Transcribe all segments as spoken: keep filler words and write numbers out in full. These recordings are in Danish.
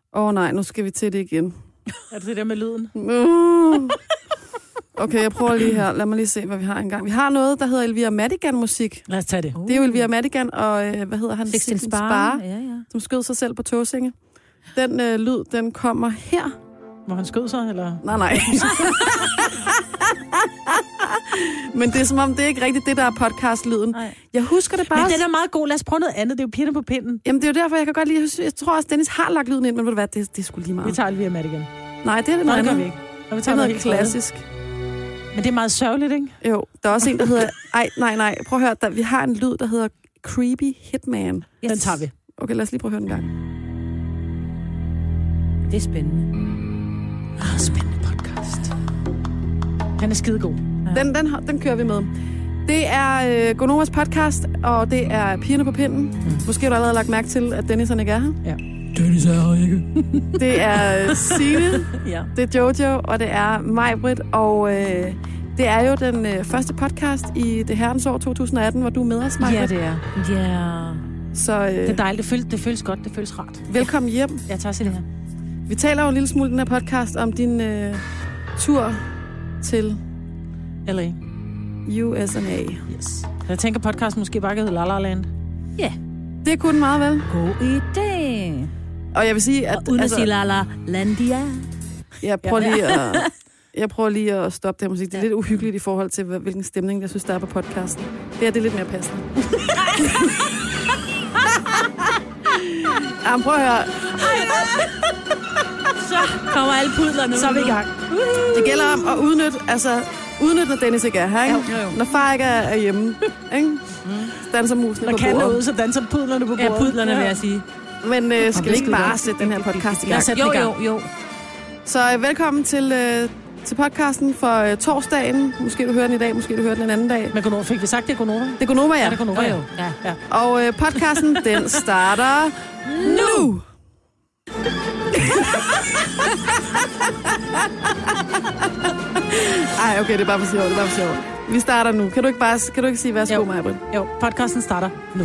Åh oh, nej, nu skal vi til det igen. Er det det der med lyden? Uh. Okay, jeg prøver lige her. Lad mig lige se, hvad vi har engang. Vi har noget, der hedder Elvira Madigan-musik. Lad os tage det. Uh. Det er jo Elvira Madigan og, øh, hvad hedder han? Sixten Sparre, Sparre, ja, ja. som skød sig selv på Tåsinge. Den øh, lyd, den kommer her. Må han skød sig, eller? Nej, nej. Men det er som om, det er ikke rigtigt det, der er podcast-lyden. Nej. Jeg husker det bare... Men den er meget god. Lad os prøve noget andet. Det er jo pigerne på pinden. Jamen, det er jo derfor, jeg kan godt lide... Jeg tror også, Dennis har lagt lyden ind, men ved du hvad, det, det er sgu lige meget. Vi tager Elvira Madigan. Nej, det er det noget andet. Nej, det gør vi ikke. Og vi tager noget, noget klassisk. Men det er meget sørgeligt, ikke? Jo, der er også en, der hedder... Ej, nej, nej. Prøv at høre, der, vi har en lyd, der hedder Creepy Hitman. Yes. Den tager vi. Okay, lad os lige prøve at høre den gang. Det er spændende. Ah, spændende podcast. Den er skidegod. Ja. Den, den, den kører vi med. Det er øh, Gonovas podcast, og det er Pigerne på pinden. Mm. Måske har du allerede lagt mærke til, at Dennis han ikke er her. Ja. Dennis er her ikke. Det er Signe, ja. Det er Jojo, og det er Majbrit, og øh, det er jo den øh, første podcast i det herrens år to tusind atten, hvor du er med os, Majbrit. Ja, det er. Ja. Så, øh, det er dejligt. Det føles, det føles godt. Det føles rart. Velkommen hjem. Ja, tak til det her. Vi taler jo en lille smule i den her podcast om din øh, tur til L A. U S A. Yes. Jeg tænker, podcasten måske bare kan hedde La La Land. Ja. Yeah. Det kunne den meget vel. God idé. Og jeg vil sige, at... Og uden altså, at sige La La Landia. Jeg prøver lige at... Jeg prøver lige at stoppe det her musik. Det er ja. lidt uhyggeligt i forhold til, hvilken stemning, jeg synes, der er på podcasten. Det er det lidt mere passende. Jamen, prøv at høre. Så kommer alle pudlerne. Så er vi i gang. Det gælder om at udnytte, altså, udnytte, når Dennis ikke er her, ikke? Jo, jo. Når far ikke er hjemme, ikke? Mm. Danser musene på bordet. Når kan ud, så danser pudlerne på bordet. Ja, pudlerne, vil jeg sige. Men øh, skal vi ikke bare sætte den her podcast i gang? Jo, jo, jo. Så øh, velkommen til... Øh, til podcasten for øh, torsdagen. Måske du hører den i dag, måske du hører den en anden dag. Men Gonova, fik vi sagt, det er Gonova? Det er Gonova, ja. Ja, det er Gonova, jo. Ja. Ja. Og øh, podcasten, den starter nu. Ej, okay, det er bare for sjov, det er bare for sjov. Vi starter nu. Kan du ikke bare kan du ikke sige værsgo, Majbrit? Jo, podcasten starter nu.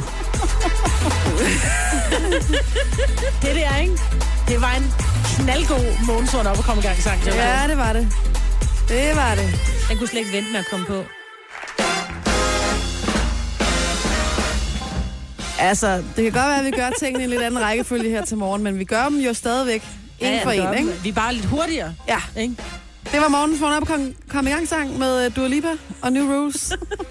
Det der, ikke? Det var en knaldgod morgensord op at komme i gang sang. Ja, det var det. Det var det. Den kunne slet ikke vente med at komme på. Altså, det kan godt være, at vi gør tingene i en lidt anden rækkefølge her til morgen, men vi gør dem jo stadigvæk en ja, for en, ikke? Vi er bare lidt hurtigere. Ja. Ikke? Det var morgens vågn op og kom, kom i gang sang med Dua Lipa og New Rules.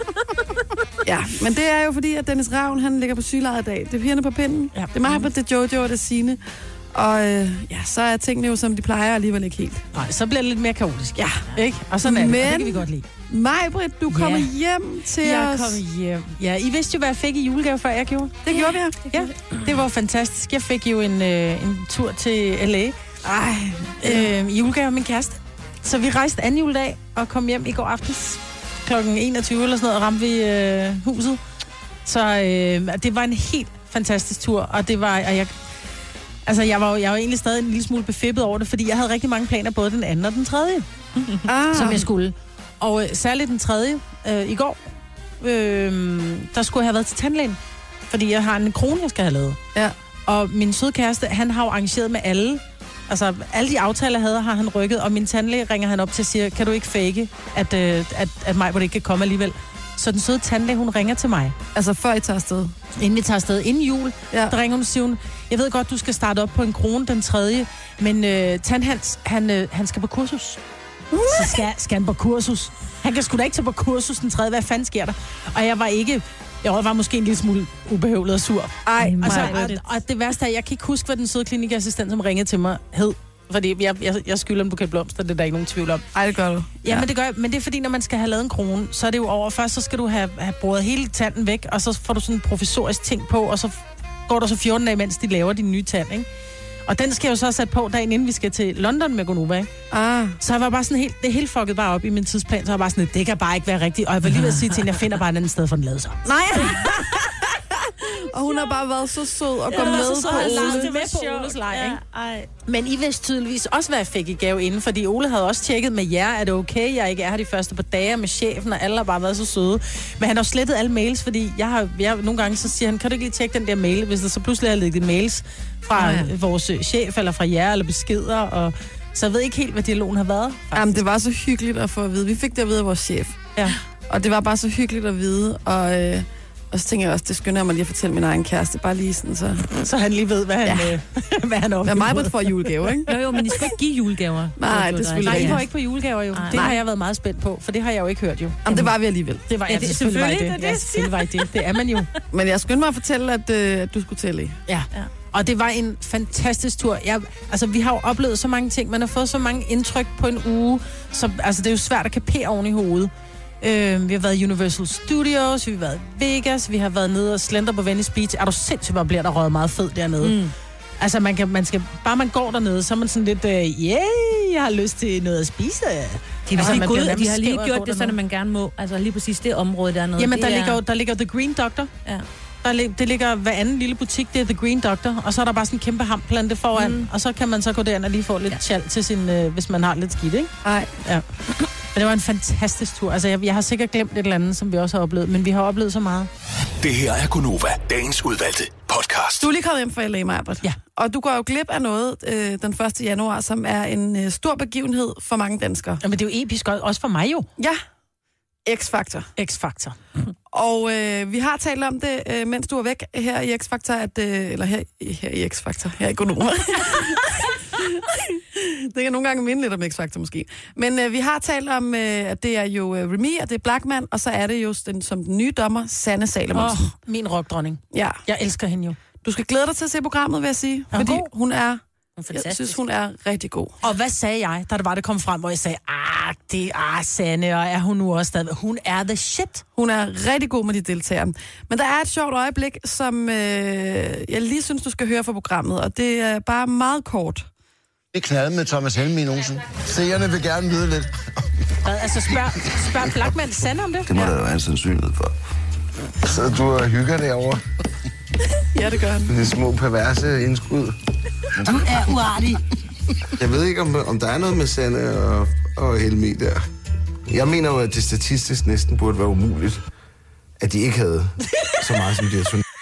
Ja, men det er jo fordi, at Dennis Ravn, han ligger på sygelejet i dag. Det er Pigerne på pinden. Ja. Det er mig, det er Jojo og det er Signe. Og øh, ja, så er tingene jo, som de plejer, alligevel ikke helt. Nej, så bliver det lidt mere kaotisk. Ja, ikke? Og sådan er det, men, og det kan vi godt lide. Majbrit, du kommer ja. hjem til jeg os. Jeg kommer hjem. Ja, I vidste jo, hvad jeg fik i julegave, før jeg gjorde. Det ja, gjorde vi, ja. Ja, det var fantastisk. Jeg fik jo en, øh, en tur til L A. Ej. Øh, i julegave af min kæreste. Så vi rejste anden juledag og kom hjem i går aftes. klokken enogtyve eller sådan noget, og ramte vi øh, huset. Så øh, det var en helt fantastisk tur, og det var... Og jeg, altså, jeg var, jeg var egentlig stadig en lille smule befippet over det, fordi jeg havde rigtig mange planer, både den anden og den tredje, ah. som jeg skulle. Og øh, særligt den tredje, øh, i går, øh, der skulle jeg have været til tandlægen, fordi jeg har en krone, jeg skal have lavet. Ja. Og min søde kæreste, han har jo arrangeret med alle. Altså, alle de aftaler, jeg havde, har han rykket, og min tandlæge ringer han op til og siger, kan du ikke fake, at, øh, at, at mig, hvor det ikke kan komme alligevel. Så den søde tandlæge, hun ringer til mig. Altså før I tager afsted? Inden vi tager afsted. Inden jul, ja. Der ringer hun og siger hun, jeg ved godt, du skal starte op på en krone den tredje, men øh, Tandhans, han, øh, han skal på kursus. Uh. Så skal, skal han på kursus. Han kan sgu da ikke tage på kursus den tredje. Hvad fanden sker der? Og jeg var ikke... Jeg var måske en lille smule ubehøvlet og sur. Ej, og, så, og, og det værste er, jeg kan ikke huske, hvad den søde klinikassistent, som ringede til mig, hed. Fordi jeg, jeg, jeg skylder en buket blomster, det er der ikke nogen tvivl om. Ej, det gør du. Ja, ja. Men, det gør, men det er fordi, når man skal have lavet en krone, så er det jo over. Først så skal du have, have boret hele tanden væk, og så får du sådan en professorisk ting på, og så går der så fjorten dage, mens de laver din nye tand, ikke? Og den skal jeg jo så sætte på dagen, inden vi skal til London med Gonova, ikke? Ah. Så jeg var bare sådan helt, det helt fucket bare op i min tidsplan, så jeg var bare sådan, det kan bare ikke være rigtigt. Og jeg var lige ved at sige til hende, jeg finder bare et andet sted for den lavede så. Nej! Og hun hun har bare været så sød og gå Ja, med så sød, på han Ole. lavede Det var med på sjovt. Oles leg, Ja, ikke? ej. Men I vidste tydeligvis også, hvad jeg fik i gave inden, fordi Ole havde også tjekket med jer, er det okay, jeg ikke er her de første par dage med chefen, og alle har bare været så søde. Men han har slettet alle mails, fordi jeg har, jeg, nogle gange så siger han, kan du ikke lige tjekke den der mail, hvis der så pludselig har ligget mails fra Oh, ja. ja. vores chef, eller fra jer, eller beskeder, og så jeg ved ikke helt, hvad dialogen har været. Faktisk. Jamen, det var så hyggeligt at få at vide. Vi fik det at vide af vores chef. Ja. Og det var bare så hyggeligt at vide. Og, øh, og så tænker jeg også, det skynder jeg mig lige at fortælle min egen kæreste. Bare lige sådan, så... Så han lige ved, hvad han, Ja. øh, hvad han Hvad oplever. mig på for julegave, ikke? Jo, jo, men I skal ikke give julegaver. Nej, det er selvfølgelig Nej, I rigtigt. var ikke på julegaver jo. Nej. Det har jeg været meget spændt på, for det har jeg jo ikke hørt jo. Jamen, det var vi alligevel. Det var Ja, jeg, det- selvfølgelig var I selvfølgelig, det. det er Ja, det, selvfølgelig var I det. Det er man jo. Men jeg skyndte mig at fortælle, at, øh, at du skulle til L A. Ja. Ja. Og det var en fantastisk tur. Jeg, altså, vi har jo oplevet så mange ting. Man har fået så mange indtryk på en uge. Så, altså, det er jo svært at kapere oven i hovedet. Øh, vi har været i Universal Studios, vi har været i Vegas, vi har været nede og slendre på Venice Beach. Er du sindssygt, hvor bliver der røget meget fed dernede? Mm. Altså, man kan, man skal, bare man går dernede, så er man sådan lidt, øh, yeah, jeg har lyst til noget at spise. De, Altså, altså, man gået, bliver de har lige nærmest skæv af at gjort gå det, sådan at man gerne må. Altså lige præcis det område dernede. Jamen, det der, er... ligger, jo- der ligger The Green Doctor. Ja. Der, lig- det ligger hver anden lille butik, det er The Green Doctor. Og så er der bare sådan en kæmpe hamplante foran. Mm. Og så kan man så gå derind og lige få lidt ja. tjal til sin, øh, hvis man har lidt skidt, ikke? Nej. Ja. Men det var en fantastisk tur. Altså, jeg, jeg har sikkert glemt et eller andet, som vi også har oplevet. Men vi har oplevet så meget. Det her er Gonova, dagens udvalgte podcast. Du er lige kommet hjem fra L A, Maj-Brit. Ja. Og du går jo glip af noget øh, den første januar, som er en øh, stor begivenhed for mange danskere. Jamen, det er jo episk, også- også for mig jo. Ja. X-Factor. X-Factor. Og øh, vi har talt om det, øh, mens du var væk her i X-Factor, at, øh, eller her, her i X-Factor, her i Gonova. Det kan nogle gange minde lidt om X-Factor måske. Men øh, vi har talt om, øh, at det er jo øh, Remy, og det er Blackman, og så er det jo den, som den nye dommer, Sanne Salomonsen. Åh, min rockdronning. Ja. Jeg elsker hende jo. Du skal glæde dig til at se programmet, vil jeg sige. Er hun fordi god? hun er, jeg Fantastisk. synes, hun er rigtig god. Og hvad sagde jeg, da det var, det kom frem, hvor jeg sagde, ah, det er ah, Sanne, og er hun nu også stadig. Hun er the shit. Hun er rigtig god med de deltagere. Men der er et sjovt øjeblik, som øh, jeg lige synes, du skal høre fra programmet, og det er bare meget kort. Det knaldet med Thomas Helmig Olsen. Seerne vil gerne vide lidt. Hvad, altså, spørg, spørg Blackman Sanne om det? Det må der jo være en sandsynlighed for. Så du og hygger derovre. Ja, det gør han. Det små perverse indskud. Du er uartig. Jeg ved ikke, om, om der er noget med Sanne og, og Helmig der. Jeg mener jo, at det statistisk næsten burde være umuligt, at de ikke havde så meget, som de har turneret.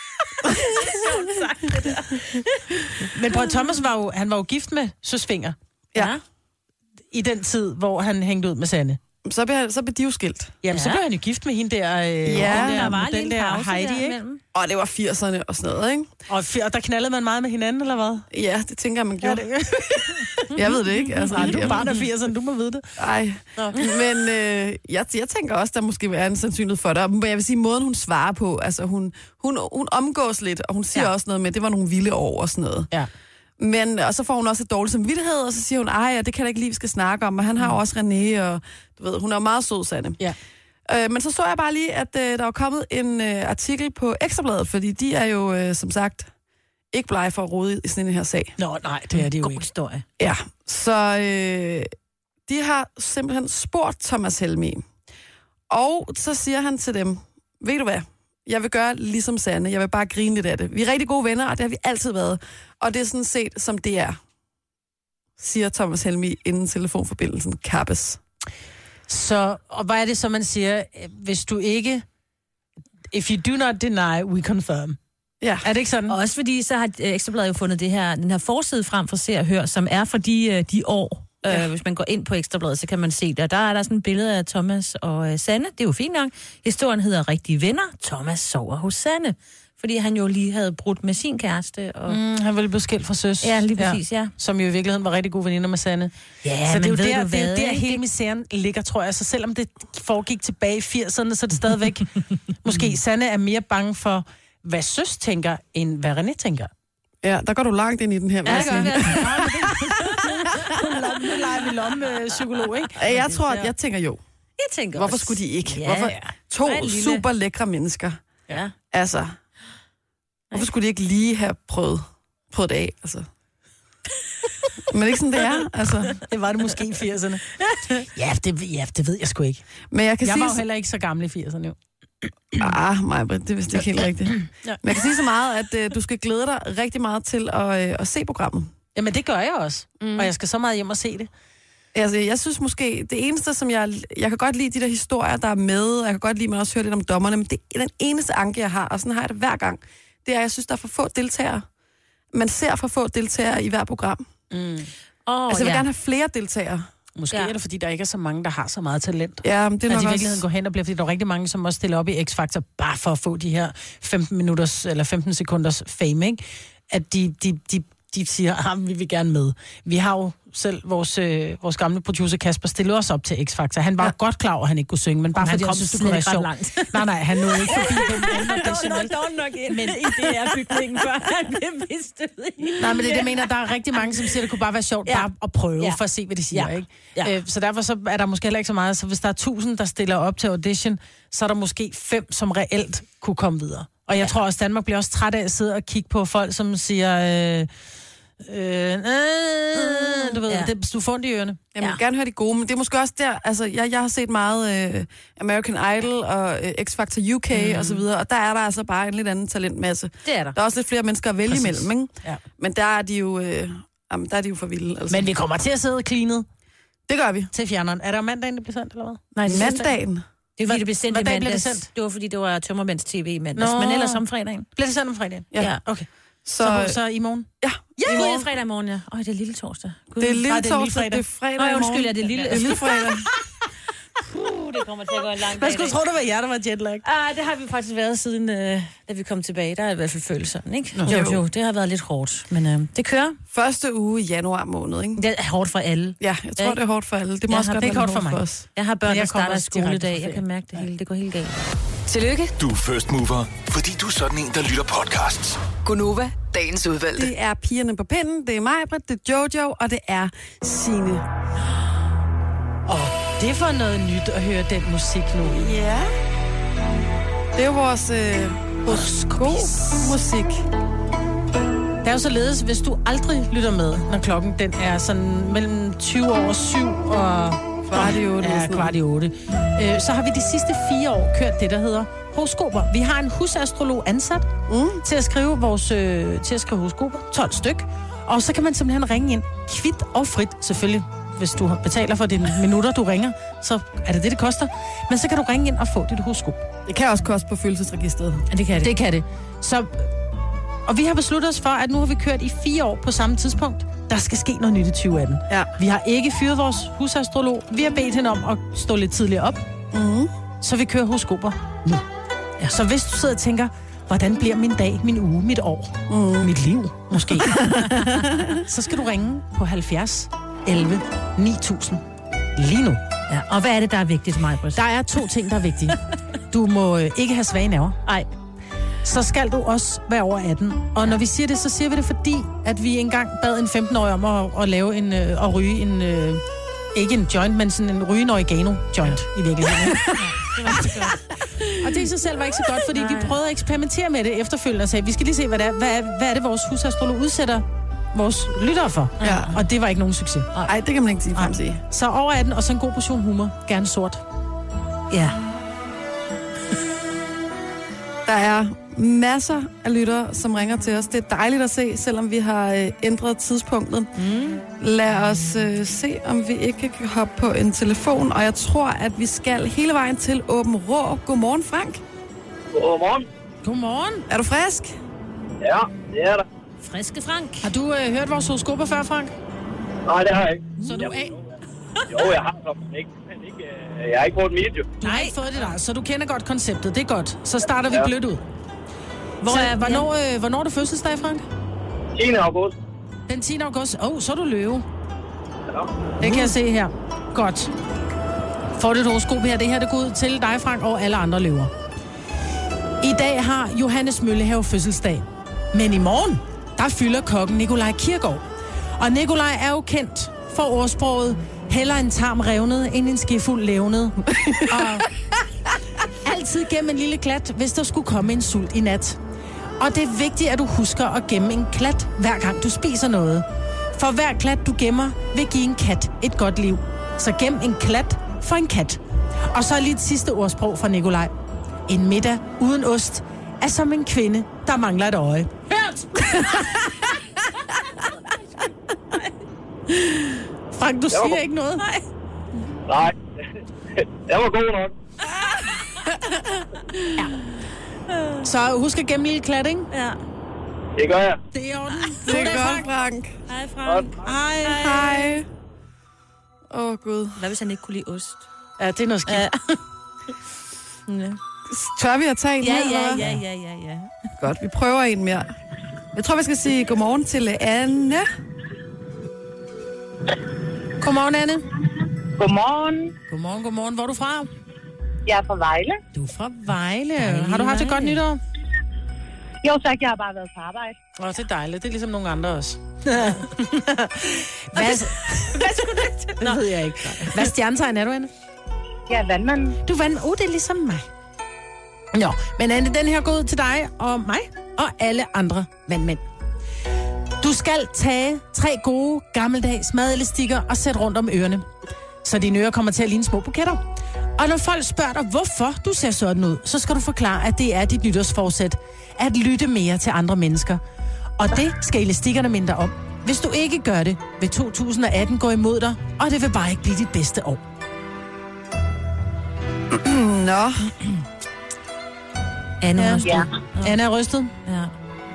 Men prøv, Thomas var jo, han var jo gift med Søsfinger Ja. i den tid, hvor han hængte ud med Sanne. Så bliver, så bliver de jo skilt. Jamen, ja. så Ja. blev han jo gift med hende der, øh, Ja, den der, Der var den lige en der pause Heidi, der ikke? imellem. Og det var firserne og sådan noget, ikke? Og, f- og der knaldede man meget med hinanden, eller hvad? Ja, det tænker jeg, man gjorde. Ja, det, Jeg ved det ikke. Altså, nej, du er jeg- barn af firserne, du må vide det. Ej, men øh, jeg, jeg tænker også, der måske er en sandsynlighed for det. Men jeg vil sige, måden hun svarer på, altså hun, hun, hun omgås lidt, og hun siger Ja. ja. også noget med, det var nogle vilde år og sådan noget. Ja. Men, og så får hun også et dårligt samvittighed, og så siger hun, ej, ja, det kan jeg ikke lige, vi skal snakke om, og han har jo også René, og du ved, hun er jo meget sød, Sanne. Ja. Øh, men så så jeg bare lige, at øh, der var kommet en øh, artikel på Ekstrabladet, fordi de er jo, øh, som sagt, ikke blege for at rode i sådan en her sag. Nå, nej, det er det jo God ikke. historie. Ja, så øh, de har simpelthen spurgt Thomas Helmig. Og så siger han til dem, ved du hvad, jeg vil gøre ligesom Sanne, jeg vil bare grine lidt af det. Vi er rigtig gode venner, og det har vi altid været. Og det er sådan set, som det er, siger Thomas Helmig, inden telefonforbindelsen kappes. Så, og hvad er det så, man siger, hvis du ikke... If you do not deny, we confirm. Ja. Er det ikke sådan? Og også fordi, så har øh, Ekstrabladet jo fundet det her, den her forside frem for Se og Hør, som er for de, øh, de år. Ja. Øh, hvis man går ind på Ekstrabladet, så kan man se det. Og der er der sådan et billede af Thomas og øh, Sanne. Det er jo fint nok. Historien hedder Rigtige Venner. Thomas sover hos Sanne. Fordi han jo lige havde brudt med sin kæreste. Og... Mm, han ville blive skilt fra Søs. Ja, lige præcis, ja. Som jo i virkeligheden var rigtig gode veninder med Sanne. Ja, så det er jo men ved der, du det er jo hvad, der ikke? hele misæren ligger, tror jeg. Så selvom det foregik tilbage i firserne, så er det stadigvæk... måske Sanne er mere bange for, hvad Søs tænker, end hvad René tænker. Ja, der går du langt ind i den her. vil Ja, jeg det gør sige. vi. Nu leger vi lomme-psykolog, ikke? Jeg tror, at jeg tænker jo. Jeg tænker Hvorfor også. skulle de ikke? Ja, Hvorfor? ja. To Ej, lille. super lækre mennesker. Ja. Altså, hvorfor skulle de ikke lige have prøvet, prøvet det af? Altså. Men ikke sådan, det er. Altså. Det var det måske i firserne. Ja, det, ja, det ved jeg sgu ikke. Men jeg kan Jeg sige... var jo heller ikke så gammel i firserne, jo. Ah, Maja, det er vist ikke helt rigtigt. Ja. Men jeg kan sige så meget, at øh, du skal glæde dig rigtig meget til at, øh, at se programmet. Jamen, det gør jeg også. Mm. Og jeg skal så meget hjem og se det. Altså, jeg synes måske, det eneste, som jeg... Jeg kan godt lide de der historier, der er med, og jeg kan godt lide, at man også hører lidt om dommerne, men det er den eneste anke, jeg har, og sådan har jeg det hver gang. Det er, jeg synes, der er for få deltagere. Man ser for få deltagere i hver program. Mm. Oh, altså, jeg vil ja. gerne have flere deltagere. Måske ja. er det, fordi der ikke er så mange, der har så meget talent. Ja, men det er nok altså, i også... virkeligheden går hen og bliver, fordi der er rigtig mange, som også stiller op i X-Factor, bare for at få de her femten minutters, eller femten sekunders fame, ikke? At de, de, de, de siger, at vi vil gerne med. Vi har jo selv vores, øh, vores gamle producer Kasper stillede os op til X-Factor. Han var ja. godt klar over, at han ikke kunne synge, men bare fordi han synes, det kunne være sjovt. Nej, nej, han nåede ikke forbi den anden audition. Han nåede nok ind men... i det her bygningen, før han blev mistet. Nej, men det, det mener, der er rigtig mange, som siger, at det kunne bare være sjovt ja. bare at prøve, ja. for at se, hvad de siger, ja. ikke? Ja. Øh, så derfor så er der måske heller ikke så meget. Så hvis der er tusind, der stiller op til audition, så er der måske fem, som reelt kunne komme videre. Og jeg ja. tror også, Danmark bliver også træt af at sidde og kigge på folk, som siger... Øh, Øh, øh, du ved, ja. det, du får ondt i ørerne. Jeg vil ja. gerne høre de gode, men det er måske også der, altså, jeg, jeg har set meget øh, American Idol og øh, X-Factor U K mm. og så videre, og der er der altså bare en lidt anden talentmasse. Det er der. Der er også lidt flere mennesker at vælge Præcis. imellem, ikke? Ja. Men der er de jo, øh, jamen, der er de jo for vilde. Altså. Men vi kommer til at sidde cleanet. Det gør vi. Til fjerneren. Er der mandagen, det bliver sendt, eller hvad? Nej, det mandagen. Det er fordi, det blev sendt i mandags. Det, det var fordi, det var Tømmermænds T V i mandags. Nå. Men ellers om fredagen. Bliver det sendt om fredagen? Ja. ja. Okay. Så, så, så i morgen? Ja, ja i morgen. Det er fredag morgen, ja. Åh, det er lille torsdag. God. Det er lille Nej, torsdag, det er fredag Nå, undskyld, er det lille, det er lille fredag. Puh, det kommer til at gå en lang dag. Hvad skulle du tro, det var jer, der var jetlag? Ah, det har vi faktisk været siden, øh, da vi kom tilbage. Der har i hvert fald følt sådan, ikke? Nå, jo, jo, det har været lidt hårdt, men øh, det kører. Første uge i januar måned, ikke? Det er hårdt for alle. Ja, jeg tror, ja. det er hårdt for alle. Det må jeg også godt være hårdt for, for, for os. Jeg har børn, der starter skoledag. Jeg kan mærke det hele. Det går helt galt. Tillykke. Du er first mover, fordi du er sådan en, der lytter podcasts. Gunova, dagens udvalgte. Det er Pigerne på Pinden, det er Majbrit, det er Jojo, og det er Signe. Åh, oh, det er for noget nyt at høre den musik nu. Ja. Det er jo vores øh, horoskop-musik. Det er jo således, hvis du aldrig lytter med, når klokken den er sådan mellem tyve over syv og kvart i otte, ja, kvart i otte. Øh, så har vi de sidste fire år kørt det, der hedder horoskoper. Vi har en husastrolog ansat mm. til at skrive vores øh, til at skrive horoskoper, tolv styk. Og så kan man simpelthen ringe ind, kvit og frit, selvfølgelig. Hvis du betaler for dine minutter, du ringer, så er det det, det koster. Men så kan du ringe ind og få dit horoskop. Det kan også koste på følelsesregistret. Ja, det kan det. Det kan det. Så, og vi har besluttet os for, at nu har vi kørt i fire år på samme tidspunkt. Der skal ske noget nyt i tyve atten. Ja. Vi har ikke fyret vores husastrolog. Vi har bedt hende om at stå lidt tidligere op. Mm. Så vi kører horoskoper nu. Ja. Så hvis du sidder og tænker, hvordan bliver min dag, min uge, mit år, mm. mit liv måske, så skal du ringe på halvfjerds elleve ni tusind lige nu. Ja, og hvad er det, der er vigtigt, Majbrit? Der er to ting, der er vigtige. Du må øh, ikke have svage nerver. Nej. Så skal du også være over atten. Og når vi siger det, så siger vi det, fordi at vi engang bad en femten-årig om at, at lave en, øh, at ryge en, øh, ikke en joint, men sådan en ryge en oregano-joint i virkeligheden. Ja, det var ikke godt. Og det i sig selv var ikke så godt, fordi Nej. vi prøvede at eksperimentere med det efterfølgende og sagde, vi skal lige se, hvad det er, hvad er, hvad er det, vores husastrolog udsætter vores lyttere for. Ja. Og det var ikke nogen succes. Nej, det kan man ikke sige frem sige. Så over atten, og så en god portion humor. Gerne sort. Ja. Der er masser af lyttere, som ringer til os. Det er dejligt at se, selvom vi har øh, ændret tidspunktet. Mm. Lad os øh, se, om vi ikke kan hoppe på en telefon. Og jeg tror, at vi skal hele vejen til Åben Rå. Godmorgen, Frank. Godmorgen. Godmorgen. Er du frisk? Ja, det er der. Friske Frank. Har du øh, hørt vores horoskoper før, Frank? Nej, det har jeg ikke. Så du af? Jo, jeg har men ikke, men ikke, øh, jeg har ikke fået et video. Du har ikke fået det der, så du kender godt konceptet. Det er godt. Så starter vi ja. blødt ud. Hvor, så, er, hvornår, øh, hvornår er du fødselsdag, Frank? tiende august. Den tiende august. Åh, oh, så er du løve. Ja. Det kan jeg se her. Godt. Får du et horoskop her? Det her det går ud til dig, Frank, og alle andre løver. I dag har Johannes Møllehave fødselsdag. Men i morgen, der fylder kokken Nikolaj Kirgaard. Og Nikolaj er jo kendt for ordsproget, hellere en tarm revnet, end en skefuld levnet. Og altid gemme en lille klat, hvis der skulle komme en sult i nat. Og det er vigtigt, at du husker at gemme en klat, hver gang du spiser noget. For hver klat, du gemmer, vil give en kat et godt liv. Så gem en klat for en kat. Og så lige et sidste ordsprog fra Nikolaj. En middag uden ost er som en kvinde, der mangler et øje. Hørt! Frank, du siger god. ikke noget? Nej. Nej, det var god nok. Så husk at gemme lille klat, ikke? Ja. Det gør jeg. Det er orden. Det er godt, Frank. Hej, Frank. Hej. Hej. Åh, oh, Gud. Hvad hvis han ikke kunne lide ost? Ja, det er noget skidt. Ja. ja. Tør vi at tage en Ja, mere, ja, eller ja, hvad? ja, ja, ja. Godt, vi prøver en mere. Jeg tror, vi skal sige godmorgen til Anne. Godmorgen, Anne. Godmorgen. Godmorgen, godmorgen. Hvor er du fra? Jeg er fra Vejle. Du er fra Vejle. Har du haft et godt nytår? Jo tak, jeg har bare været på arbejde. Åh, det er dejligt. Det er ligesom nogle andre også. Hvad, Hvad skulle du ikke til? det ved jeg ikke. Hvad stjernetegn er du, Anne? Jeg er vandmand. Du vandt. Oh, det er ligesom mig. Nå, men Anne, den her går ud til dig og mig og alle andre vandmænd. Du skal tage tre gode, gammeldags madelastikker og sætte rundt om ørerne, så dine ører kommer til at ligne små buketter. Og når folk spørger dig, hvorfor du ser sådan ud, så skal du forklare, at det er dit nytårsforsæt at lytte mere til andre mennesker. Og det skal elastikkerne minde om. Hvis du ikke gør det, vil to tusind atten gå imod dig, og det vil bare ikke blive dit bedste år. Nå. Anne Ja. har Ja. Anna er rystet. Ja.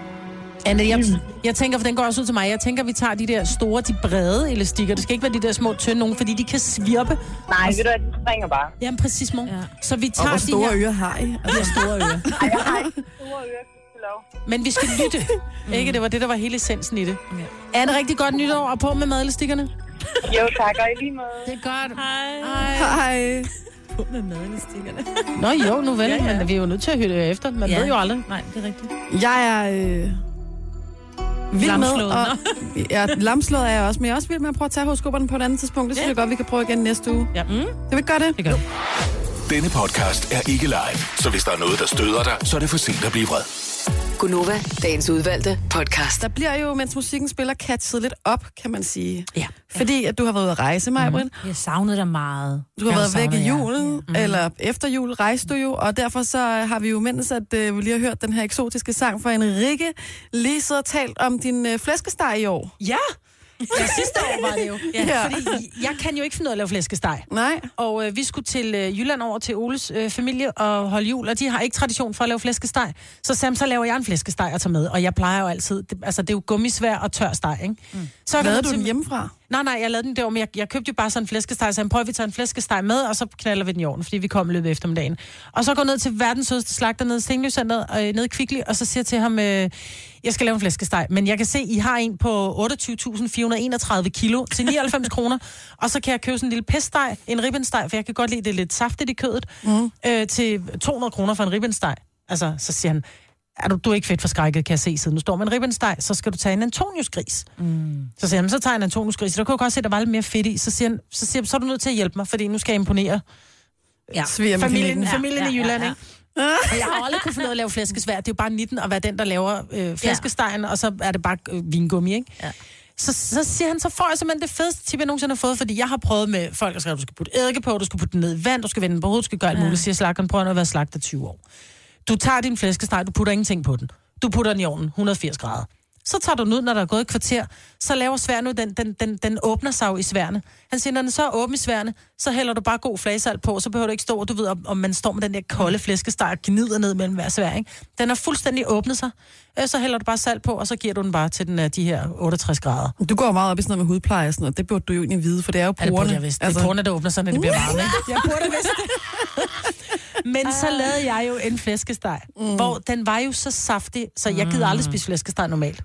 Anne, jeg, jeg tænker, for den går også ud til mig, jeg tænker, vi tager de der store, de brede elastikker. Det skal ikke være de der små, tynde nogen, fordi de kan svirpe. Nej, ved du hvad, de springer bare. Jamen, præcis, mor. Ja. Så vi Og tager hvor de store her... ører har I? Og de har store ører. Ej, jeg har ikke store ører, lov. Men vi skal lytte. Ikke? Det var det, der var hele essensen i det. Ja. Anne, rigtig godt nytår, og på med madelastikkerne. Jo tak, og i lige måde. Det er godt. Hej. Hej. På med madelastikkerne. Nå jo, nu vel, Ja, ja. men vi er jo nødt til at høre det efter. Man Ja. ved jo aldrig. Nej, det er rigtigt. Jeg er øh, vild med, Lamslået, og ja, lamslået er jeg også, men jeg er også vild med at prøve at tage horoskoperne på et andet tidspunkt. Det synes Ja. jeg godt, vi kan prøve igen næste uge. Ja. Mm. Kan vi ikke gøre det? Det gør vi. Denne podcast er ikke live, så hvis der er noget, der støder dig, så er det for sent at blive vred. Gunova, dagens udvalgte podcast. Der bliver jo, mens musikken spiller, catchet lidt op, kan man sige. Ja. Fordi at du har været ude at rejse, Maja, mm. Jeg savnede dig meget. Du har Jeg været væk savner i jer. julen, mm. eller efter jul rejste du jo, og derfor så har vi jo, mens at øh, vi lige har hørt den her eksotiske sang fra Enrique, lige så talt om din øh, flæskesteg i år. Ja. Ja, sidste år var det jo. Ja. Ja. Fordi jeg kan jo ikke finde ud af at lave flæskesteg. Nej. Og øh, vi skulle til øh, Jylland over til Oles øh, familie og holde jul, og de har ikke tradition for at lave flæskesteg. Så Sam, så laver jeg en flæskesteg at tage med, og jeg plejer jo altid, det, altså det er jo gummisvær og tør steg, ikke? Mm. Så Lavede du den hjemmefra? Nej, nej, jeg lavede den der, men jeg, jeg købte jo bare sådan en flæskesteg, så jeg prøver, at vi tager en flæskesteg med, og så knaller vi den i ovnen, fordi vi kom i løbet af eftermiddagen. Og så går jeg ned til verdens sødeste slagter nede i Stenløscenteret, øh, nede i Kvickly, og så siger jeg til ham, øh, jeg skal lave en flæskesteg, men jeg kan se, I har en på otteogtyve tusind fire hundrede og enogtredive kilo til nioghalvfems kroner, og så kan jeg købe sådan en lille peststeg, en ribbensteg, for jeg kan godt lide det lidt saftigt i kødet, mm. øh, til to hundrede kroner for en ribbensteg. Altså, så siger han, er du, du er ikke fedt forskrækket, kan jeg se, siden du står med en ribbensteg, så skal du tage en Antoniusgris. Mm. Så siger han, så tager jeg en Antoniusgris. Der kunne jeg godt se, at der var lidt mere fedt i. Så siger han, så, siger han, så er du nødt til at hjælpe mig, fordi nu skal jeg imponere Ja. familien, Ja, familien ja, i Jylland, ja, ja. ikke? Og jeg har aldrig kunne finde ud af at lave flæskesvær. Det er jo bare nitten at være den, der laver øh, flæskestegen, og så er det bare øh, vingummi, ikke? Ja. Så, så siger han, så får jeg simpelthen det fedeste tip, jeg nogensinde har fået, fordi jeg har prøvet med folk, der skriver, du skal putte eddike på, du skal putte den ned i vand, du skal vende den på hovedet, du skal gøre alt muligt, siger slagteren, prøv at være slagt af tyve år. Du tager din flæskesteg, du putter ingenting på den. Du putter den i ovnen, et hundrede og firs grader. Så tager du den ud, når der er gået et kvarter, så laver sværene den, den, den, den åbner sig jo i sværene. Han siger, når den så er åben i sværene, så hælder du bare god flagesalt på, så behøver du ikke stå, du ved, om, om man står med den der kolde flæskesteg og gnider ned mellem hver svær, ikke? Den er fuldstændig åbnet sig, så hælder du bare salt på, og så giver du den bare til den, de her otteogtres grader. Du går meget op i sådan noget med hudpleje og sådan noget. Det burde du jo egentlig vide, for det er jo Ja, det porerne. burde jeg vidste. Altså... Det er porerne, der åbner sig, når det bliver varmt, ikke? Jeg burde vidste det. Men så lavede jeg jo en flæskesteg, mm. hvor den var jo så saftig, så jeg gider aldrig spise flæskesteg normalt.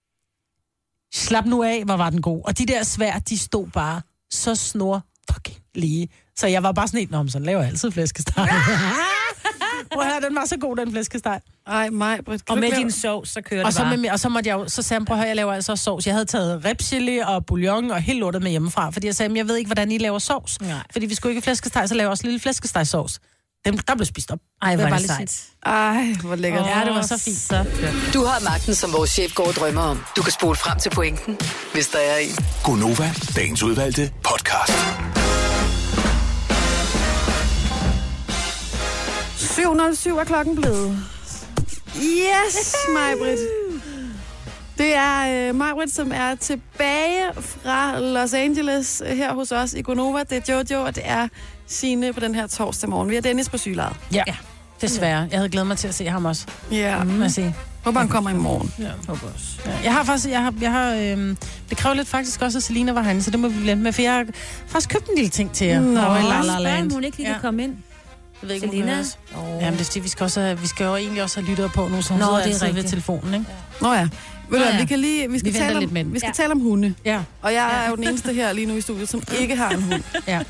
Slap nu af, hvor var den god. Og de der svær, de stod bare så snor fucking lige. Så jeg var bare sådan en, nå, så laver jeg altid flæskesteg. Prøv at høre, den var så god, den flæskesteg. Ej, mig, Britt. Og med din sovs, så kører Og det så, bare. med, og så måtte jeg jo, så sagde han, prøv at høre, jeg laver altså også sovs. Jeg havde taget ribsgelé og bouillon og helt lortet med hjemmefra, fordi jeg sagde, jeg ved ikke, hvordan I laver sovs. Nej. Fordi vi skulle ikke flæskesteg, så laver jeg også lille flæskestegsovs. Dem, der blev spist op. Ej, hvor Vil er jeg det bare lige sejt. Ej, hvor lækkert. Ja, det var så fint. Så fedt. Du har magten, som vores chef går og drømmer om. Du kan spole frem til pointen, hvis der er en. Gunova, dagens udvalgte podcast. syv nul syv er klokken blevet. Yes, Maj-Brit. Det er øh, Maj-Brit, som er tilbage fra Los Angeles øh, her hos os i Gonova. Det er Jojo, og det er Signe på den her torsdag morgen. Vi er Dennis på sygelejet. Ja, ja, desværre. Jeg havde glædet mig til at se ham også. Ja. Må jeg sige. Håber, han kommer i morgen. Ja, håber også. Ja. Jeg har faktisk, jeg har, jeg har øhm, det kræver lidt faktisk også, at Selina var herinde, så det må vi blende med, for jeg har faktisk købt en lille ting til jer. Nå, over i La La Spørg, Land. om hun ikke lige kan Ja. komme ind. Jeg ved ikke, om hun Selina? hører os. Oh. Jamen, det er fordi, vi skal, også have, vi skal jo egentlig også have lyttere på nu, så hun Nå, sidder det er altid ved rigtigt. telefonen, ikke? Nå ja. Ved du Nå hvad, ja. vi kan lige, vi skal, Vi venter tale, om, lidt med den. vi skal Ja. tale om hunde. Ja. Og jeg er jo den eneste her lige nu i studiet, som ikke har en hund. Ja.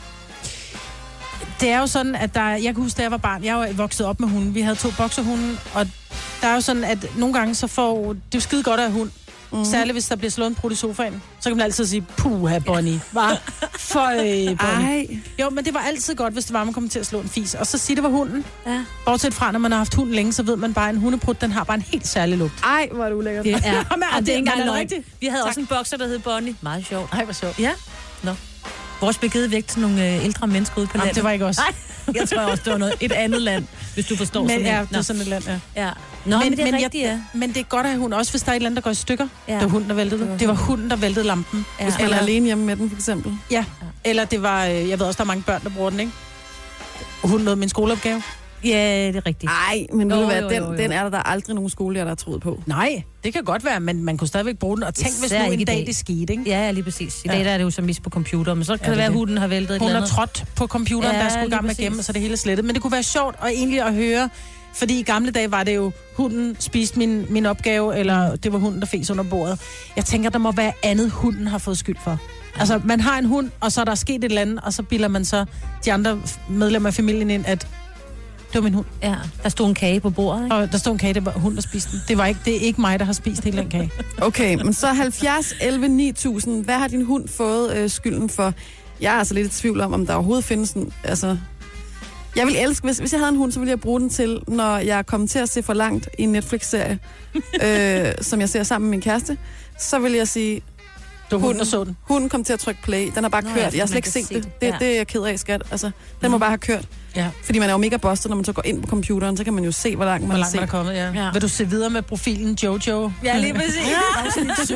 Det er jo sådan, at der, jeg kan huske, da jeg var barn, jeg er jo vokset op med hunden. Vi havde to boksehunde, og der er jo sådan, at nogle gange så får... Det er jo skide godt at have hund. Mm. Særligt hvis der bliver slået en brud i sofaen. Så kan man altid sige, puha, Bonnie. Var for øh, Bonnie. Ej. Jo, men det var altid godt, hvis det var, man kom til at slå en fis. Og så sige, det var hunden. Ja. Bortset fra, når man har haft hunden længe, så ved man bare, at en hundeprud, den har bare en helt særlig lugt. Ej, hvor er det ulækkert. Det er, Jamen, og det er ikke men engang er det løgn. rigtigt? Vi havde Tak. også en bokser, der hed Bonnie. Meget sjovt. Ej, hvor sjovt. Ja. Nå. Vores blev givet væk til nogle øh, ældre mennesker ude på Jamen, landet. det var ikke os. Nej, jeg tror også, det var noget, et andet land, hvis du forstår Men sådan ja, en. det er sådan et land, ja. Ja. Nå, men, men det er men, rigtigt, jeg, ja. men det er godt at have hund, også hvis der er et eller andet, der går i stykker. Ja. Det var hunden, der væltede det. Det var hunden, der væltede lampen. Ja. Hvis man er alene hjemme med den, for eksempel. Ja, eller det var, øh, jeg ved også, der er mange børn, der bruger den, ikke? Hunden nåede min skoleopgave. Ja, det er rigtigt. Ej, men ved Jo, du hvad, jo, den, jo, jo. den er der, der aldrig nogen skolelærer, der har troet på. Nej, det kan godt være, men man kunne stadigvæk bruge den. Og tænk, hvis Især nu ikke en i dag dag. det skete, ikke? Ja, ja, lige præcis. I Ja. dag der er det jo så mis på computer, men så kan Ja, det det være, er at det. hunden har væltet et Hun eller har andet. trådt på computeren, Ja, der skulle i lige gang med at præcis. gemme, så det hele er slettet. Men det kunne være sjovt, og egentlig at høre, fordi i gamle dage var det jo, hunden spiste min, min opgave, eller det var hunden, der fes under bordet. Jeg tænker, der må være andet, hunden har fået skyld for. Altså, man har en hund, og så er der sket et eller andet, og så bilder man så de andre medlemmer af familien ind, at det var min hund. Ja, der stod en kage på bordet, ikke? Og der stod en kage, det var hund, der spiste den. Det, var ikke, det er ikke mig, der har spist hele den kage. Okay, men så halvfjerds elleve ni tusind. Hvad har din hund fået øh, skylden for? Jeg er altså lidt i tvivl om, om der overhovedet findes en... Altså, jeg vil elske, hvis, hvis jeg havde en hund, så ville jeg bruge den til, når jeg kommer til at se for langt i en Netflix-serie, øh, som jeg ser sammen med min kæreste, så vil jeg sige... Det var hunden, der så den. Hunden kom til at trykke play. Den har bare Nå, kørt. ja, Jeg har fordi slet man ikke kan set se det. det. Det, Ja. det er jeg ked af, skat. Altså, den må bare have kørt. Ja. Fordi man er jo mega busted, når man så går ind på computeren, så kan man jo se, hvor langt man Hvor har langt man er set. kommet, ja. Ja. Vil du se videre med profilen Jojo? Ja, lige præcis.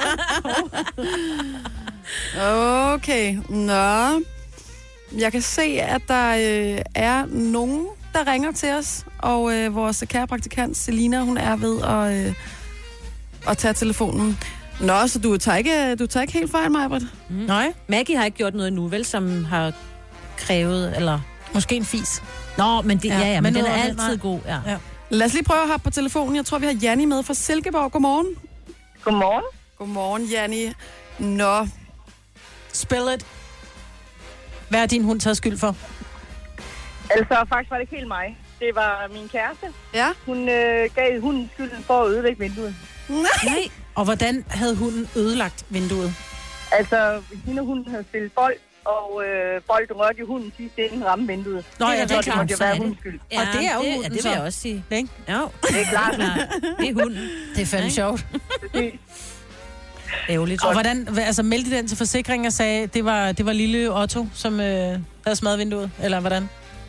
Okay, nå. Jeg kan se, at der øh, er nogen, der ringer til os, og øh, vores kære praktikant Selina, hun er ved at, øh, at tage telefonen. Nå, så du tager ikke, du tager ikke helt fejl, Maj-Brit? Mm. Nej, Maggie har ikke gjort noget endnu, vel, som har krævet, eller... måske en fis. Nå, men, det, ja, ja, ja, men, men den nu er er det- altid nej. god, ja. Ja. Lad os lige prøve at hoppe på telefonen. Jeg tror, vi har Janni med fra Silkeborg. Godmorgen. Godmorgen. Godmorgen, Janni. Nå, Spill it. Hvad er din hund taget skyld for? Altså, faktisk var det ikke helt mig. Det var min kæreste. ja. Hun øh, gav hunden skylden for at ødelægge vinduet. Nej. Og hvordan havde hunden ødelagt vinduet? Altså, hende og hunden havde spillet bold, og øh, bolden rørte i hunden sidst, inden den ramte vinduet. Nå, ja, da det er Så det klart. måtte jo så er være det. hundens skyld. Ja, Og det er jo det, hunden, ja, det vil så. jeg også sige. Ikke? Jo, Det er klart. det er hunden. Det er fandme Nej. sjovt. Ærgerligt. Og hvordan, altså meldte de den til forsikring og sagde, det var, det var lille Otto, som øh, havde smadret vinduet? Eller hvordan?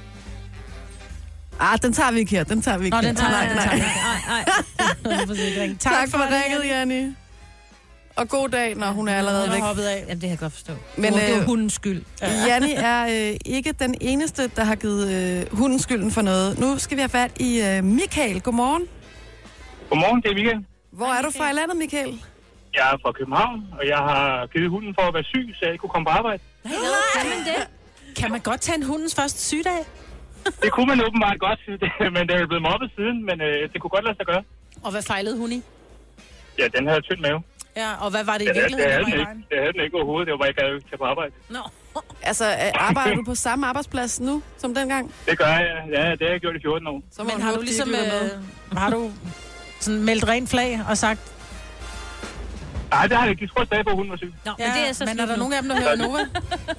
Ah, den tager vi ikke her. Den tager vi ikke Nå, her. den tager nej, den nej. Nej, nej. Forsikring. Tak, tak for ringet, Janni. Og god dag, når hun er allerede Hun væk. er hoppet af. Jamen, det kan jeg godt forstå. Men, Men, det er øh, jo hundens skyld. Janni er øh, ikke den eneste, der har givet øh, hunden skylden for noget. Nu skal vi have fat i øh, Michael. Godmorgen. Godmorgen, det er Michael. Hvor er du fra i landet, Michael? Jeg er fra København, og jeg har givet hunden for at være syg, så jeg ikke kunne komme på arbejde. Nej, kan man det? Kan man godt tage en hundens første sygedag? Det kunne man åbenbart godt, men det er jo blevet mobbet siden, men øh, det kunne godt lade sig gøre. Og hvad fejlede hun i? Ja, den havde tynd mave. Ja, og hvad var det i Det, det, virkeligheden? havde der den var i ikke. vejen? Det havde den ikke overhovedet. Det var bare, jeg gad jo ikke tage på arbejde. Nå. Altså, øh, arbejder du på samme arbejdsplads nu, som dengang? Det gør jeg. Ja, det har jeg gjort i fjorten år. Så må Men man har du håbe, de ligesom, ikke lytter med. øh, har du sådan meldt rent flag og sagt, Nej, det har jeg ikke. De tror stadig på, at hunden var syg. Nå, ja, men det er så men er slut der nu. nogen af dem, der hører Nova?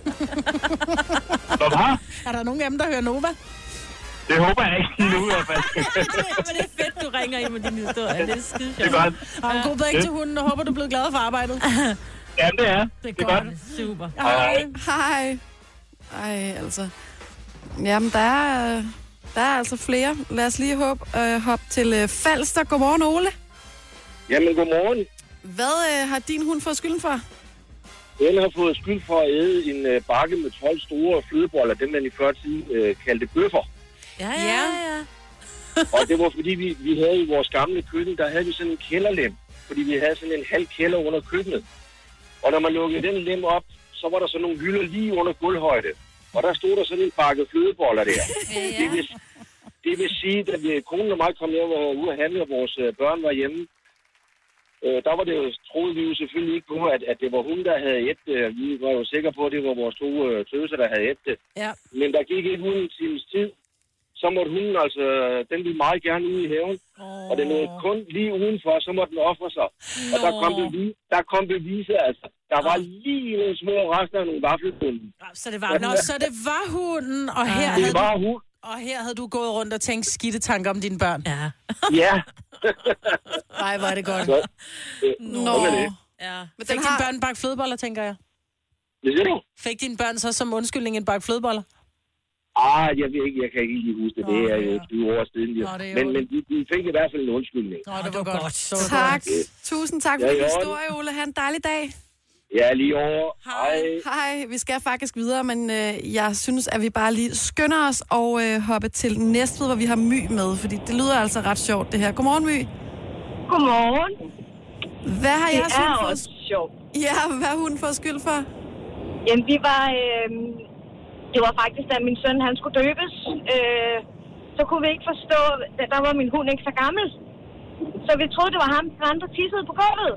Nå, hvad? Er der nogen af dem, der hører Nova? Det håber jeg ikke lige nu i hvert fald. Men det er fedt, du ringer ind med din historie. Det er skide Det er godt. Og en god bedring til hunden, og håber, du er blevet glad for arbejdet. Jamen, det er. Det er Det er godt. godt. Super. Hej. Hej. Ej, altså. Jamen, der er, Der er altså flere. Lad os lige hoppe, øh, hoppe til øh, Falster. Godmorgen, Ole. Jamen, godmorgen. Hvad øh, har din hund fået skylden for? Den har fået skyld for at æde en øh, bakke med tolv store flødeboller, dem man i før tid øh, kaldte bøffer. Ja, ja, ja. Og det var fordi, vi, vi havde i vores gamle køkken, der havde vi sådan en kælderlem. Fordi vi havde sådan en halv kælder under køkkenet. Og når man lukkede den lem op, så var der sådan nogle hylder lige under gulvhøjde. Og der stod der sådan en bakke flødeboller der. Ja, ja. Det, vil, det vil sige, at vi, konen og mig kom hjem og var ude at handle, og vores øh, børn var hjemme. Øh, der var det jo, troede vi jo selvfølgelig ikke på, at, at det var hun, der havde et det. Vi var jo sikre på, at det var vores to øh, tøser, der havde et det. Ja. Men der gik ikke uden en times tid. Så måtte hunden altså, den ville meget gerne ud i haven. Oh. Og den nåede kun lige udenfor, så måtte den ofre sig. No. Og der kom, bevis, der kom beviser, altså. Der var lige nogle små rester af nogle vaffelhunden. Så det var, nå, så det var hunden, og her, det havde var du, hun. og her havde du gået rundt og tænkt skidte tanker om dine børn. Ja. Ja. Nej, hvor er det godt. Så, øh, Nå. det. Ja. Men Fik dine har... børn en bakke flødeboller, tænker jeg? Det siger du? Fik dine børn så som undskyldning en bakke flødeboller? Ah, jeg ved ikke, jeg kan ikke lige huske det. Det er jo tyve år siden. Jo. Nå, men men de, de fik i hvert fald en undskyldning. Nå, det var godt. godt. Så tak. Godt. Tusind tak for ja, din historie, Ole. Ha' en dejlig dag. Ja, lige over. Hej. Hej. Vi skal faktisk videre, men øh, jeg synes, at vi bare lige skynder os og øh, hoppe til Næstved, hvor vi har My med, fordi det lyder altså ret sjovt, det her. Godmorgen, My. Godmorgen. Hvad har det jeres hund fået? sjovt. Ja, hvad har hun fået skyld for? Jamen, vi var... Øh, det var faktisk, da min søn han skulle døbes. Øh, så kunne vi ikke forstå, at der var min hund ikke så gammel. Så vi troede, det var ham, der tissede på gulvet.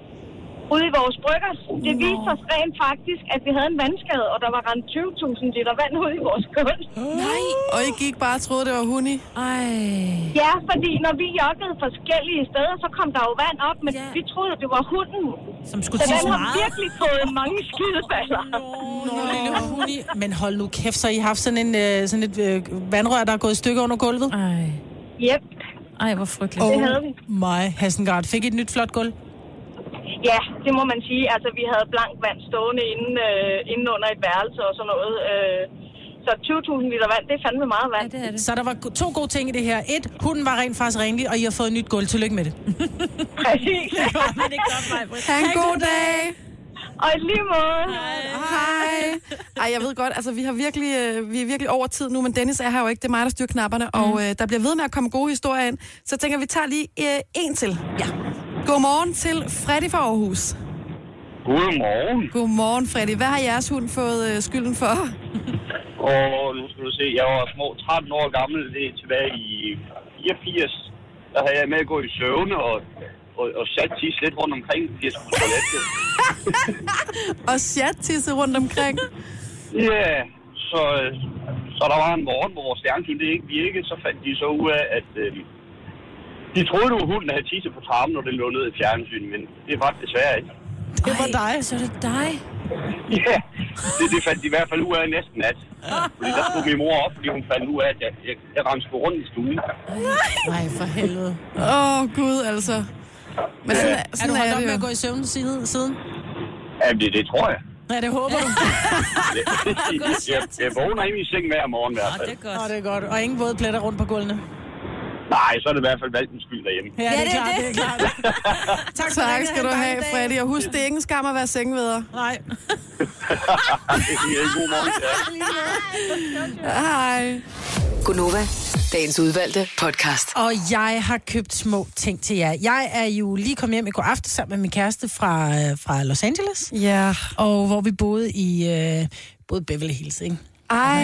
Ude i vores bryggers. Det viste sig rent faktisk, at vi havde en vandskade, og der var rent tyve tusind liter vand ude i vores gulv. Nej, og I gik bare og troede, det var hundi? Ej. Ja, fordi når vi joggede forskellige steder, så kom der jo vand op, men ja. vi troede, det var hunden. Som skulle så tisse den meget. har virkelig fået mange skideballer. Nå, Nå, lille hundi. Men hold nu kæft, så I har haft sådan, en, øh, sådan et øh, vandrør, der er gået i stykker under gulvet? Ej. Yep. Ej, hvor frygteligt. Oh, det havde vi. My Hassengard. Fik I et nyt flot gulv? Ja, det må man sige. Altså, vi havde blank vand stående inden, øh, inden under et værelse og sådan noget. Øh, så tyve tusind liter vand, det er fandme meget vand. Ja, det er det. Så der var to gode ting i det her. Et, hunden var rent faktisk renlig, og I har fået et nyt gulv. Tillykke med det. Præcis. Men det er godt, Maj-Brit. Ha' en god dag. Og i lige måde. Hej. Hej. Ej, jeg ved godt, altså vi har virkelig, øh, vi er virkelig over tid nu, men Dennis er her jo ikke. Det er mig, der styrer knapperne, mm. og øh, der bliver ved med at komme gode historier ind. Så jeg tænker, vi tager lige øh, en til. Ja. Godmorgen til Freddy fra Aarhus. Godmorgen. Godmorgen, Freddy. Hvad har jeres hund fået øh, skylden for? Og nu skal du se, jeg var små tretten år gammel, det er tilbage i fireogfirs. Der havde jeg med at gå i søvne og, og, og chat-tisse lidt rundt omkring, fordi jeg skulle toilettet. Og chat-tisse rundt omkring? Ja, yeah, så, så der var en morgen, hvor vores fjernsyn det ikke virkede, så fandt de så ud af, at øh, de troede, det var hunden, der havde tisset på trappen, når den lå ned i fjernsynet, men det var det desværre ikke. Det var dig. Så er det dig? Ja, det, det fandt de i hvert fald ud af næsten nat. Fordi der stod min mor op, fordi hun fandt ud af, at jeg, jeg, jeg ramte sgu rundt i stuen. Nej, for helvede. Åh, oh, Gud, altså. Men sådan, Ja. sådan Er du holdt er op det med at jo. gå i søvn siden? siden? Ja, det, det tror jeg. Ja, det håber du. Jeg, jeg, jeg vågner ikke i seng hver morgen i hvert Åh, fald. det er godt. Nå, det er godt. Og ingen våde pletter rundt på gulvene. Nej, så er det i hvert fald valgtens skyld derhjemme. Ja, det er klart, det er klart. Tak, tak skal du have, Freddy. Og husk, det er ingen skam at være sengveder. Nej. Det er en god morgen. Ja. Hej. Gunova, dagens udvalgte podcast. Og jeg har købt små ting til jer. Jeg er jo lige kommet hjem i går aften sammen med min kæreste fra, øh, fra Los Angeles. Ja. Og hvor vi boede i øh, både Beverly Hills, ikke? Ej.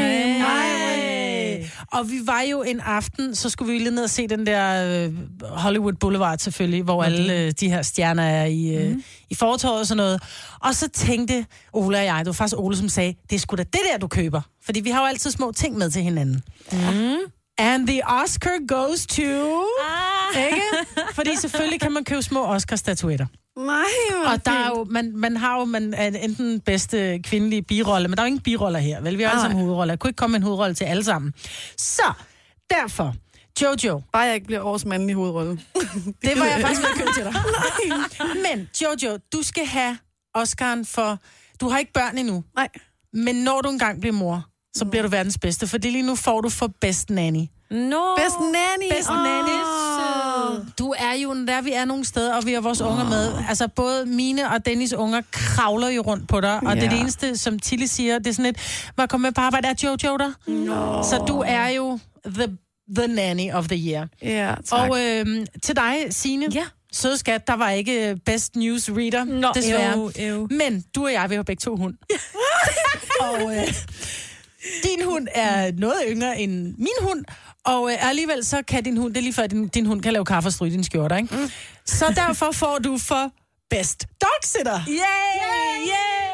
Ej. Og vi var jo en aften, så skulle vi lige ned og se den der øh, Hollywood Boulevard selvfølgelig, hvor okay. alle øh, de her stjerner er i, øh, mm. i fortorvet og sådan noget. Og så tænkte Ole og jeg, det var faktisk Ole, som sagde, det er sgu da det der, du køber. Fordi vi har jo altid små ting med til hinanden. Mm. And the Oscar goes to... Ah. Ikke? Fordi selvfølgelig kan man købe små Oscar-statuetter. Nej, og der er jo, man, man har jo man er enten bedste kvindelige birolle, men der er jo ingen biroller her, vel? Vi har alle sammen hovedroller. Jeg kunne ikke komme med en hovedrolle til alle sammen. Så, derfor, Jojo. Bare jeg ikke bliver årets mandlige hovedrolle. Det, det var jeg faktisk ved at købe til dig. Nej. Men, Jojo, du skal have Oscar'en for... Du har ikke børn endnu. Nej. Men når du engang bliver mor, så bliver du verdens bedste. For det lige nu får du for Best Nanny. No. Best nanny. Best oh. nanny. Du er jo, der vi er nogle steder, og vi har vores oh. unger med. Altså, både mine og Dennis unger kravler jo rundt på dig, og yeah. det er det eneste, som Tilly siger, det er sådan et, hvor kommer med på arbejde, er Jojo der? No. Så du er jo the, the nanny of the year. Ja, yeah, og øh, til dig, Signe. Ja. Søde skat, der var ikke best news reader, Nå, desværre. Ew, ew. Men du og jeg, vi har begge to hund. og øh, din hund er noget yngre end min hund, og øh, alligevel så kan din hund, det er lige før, din, din hund kan lave kaffe og stryge din skjorter, ikke? Mm. Så derfor får du for best dog sitter. Yay! Yay!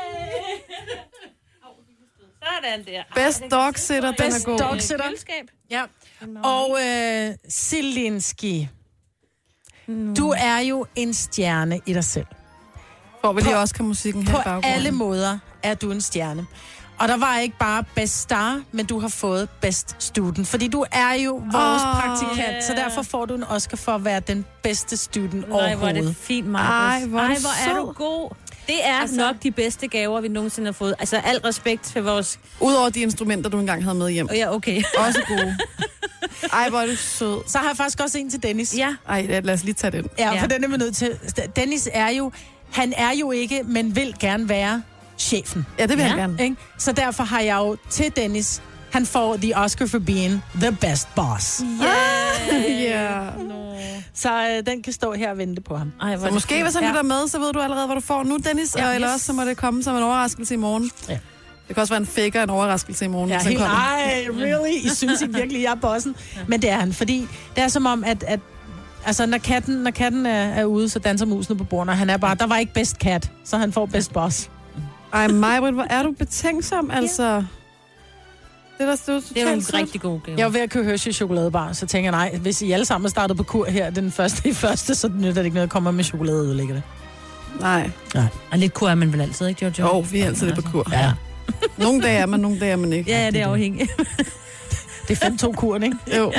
Sådan der. Best dog sitter, den Best er god. dog sitter. Ja. Og øh, Zelensky, mm. du er jo en stjerne i dig selv. Får vi lige også kan musikken her på i baggrunden. alle måder er du en stjerne. Og der var ikke bare best star, men du har fået best student. Fordi du er jo vores oh, praktikant, yeah. så derfor får du en Oscar for at være den bedste student Nej, overhovedet. hvor er det fint, Marcus. Ej, hvor er, Ej, hvor er du god. Det er altså nok de bedste gaver, vi nogensinde har fået. Altså, al respekt for vores... Udover de instrumenter, du engang havde med hjem. Ja, okay. Også gode. Ej, hvor er du sød. Så har jeg faktisk også en til Dennis. Ja. Ej, lad os lige tage den. Ja, Ja. for den er vi nødt til. Dennis er jo... Han er jo ikke, men vil gerne være chefen. Ja, det vil Ja. jeg gerne. Ikke? Så derfor har jeg jo til Dennis... Han får the Oscar for being the best boss. Yeah. Ja. No. Så øh, den kan stå her og vente på ham. Ej, hvor Så er det måske, fint. hvis han Ja. lytter med, så ved du allerede, hvad du får nu, Dennis. Ja, Ja, eller yes. også, så må det komme som en overraskelse i morgen. Ja. Det kan også være en fake og en overraskelse i morgen, Ja, hvis han helt, kommer. ej, really? I synes I virkelig, jeg er bossen? Men det er han, fordi det er som om, at, at altså, når katten, når katten er, er ude, så danser musene på bordene, og han er bare, der var ikke best cat, så han får best boss. Ej, Majbrit, hvor er du betænksom, altså. Det er da Det er jo en rigtig god gave. Jeg var ved at købe Hershey chokoladebar, så tænker jeg, nej, hvis I alle sammen starter på kur her den første i første, så nytter det ikke noget at komme med chokolade og ødelægge det. Nej. Nej. Og lidt kur er man vel altid, ikke, Jojo? Jo, vi er altid lidt på kur. Ja. Nogle dage er man, nogle dage er man ikke. Ja, ja, det er afhængigt. Det er fem to kuren, ikke? Jo.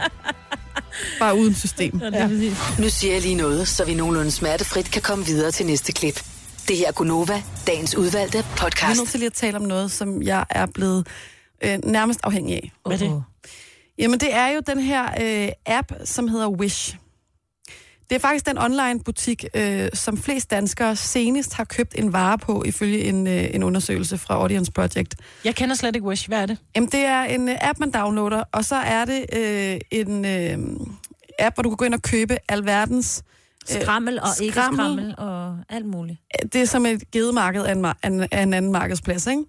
Bare uden system. Ja. Nu siger jeg lige noget, så vi nogenlunde smertefrit kan komme videre til næste klip. Det her er Gunova, dagens udvalgte Vi er podcast. nødt til lige at tale om noget, som jeg er blevet øh, nærmest afhængig af. Hvad er det? Jamen, det er jo den her øh, app, som hedder Wish. Det er faktisk den online-butik, øh, som flest danskere senest har købt en vare på, ifølge en, øh, en undersøgelse fra Audience Project. Jeg kender slet ikke Wish. Hvad er det? Jamen, det er en øh, app, man downloader, og så er det øh, en øh, app, hvor du kan gå ind og købe alverdens... Øh, Skrammel og ikke skrammel. skrammel og alt muligt. Det er som et gedemarked af en, mar- af en, af en anden markedsplads, ikke?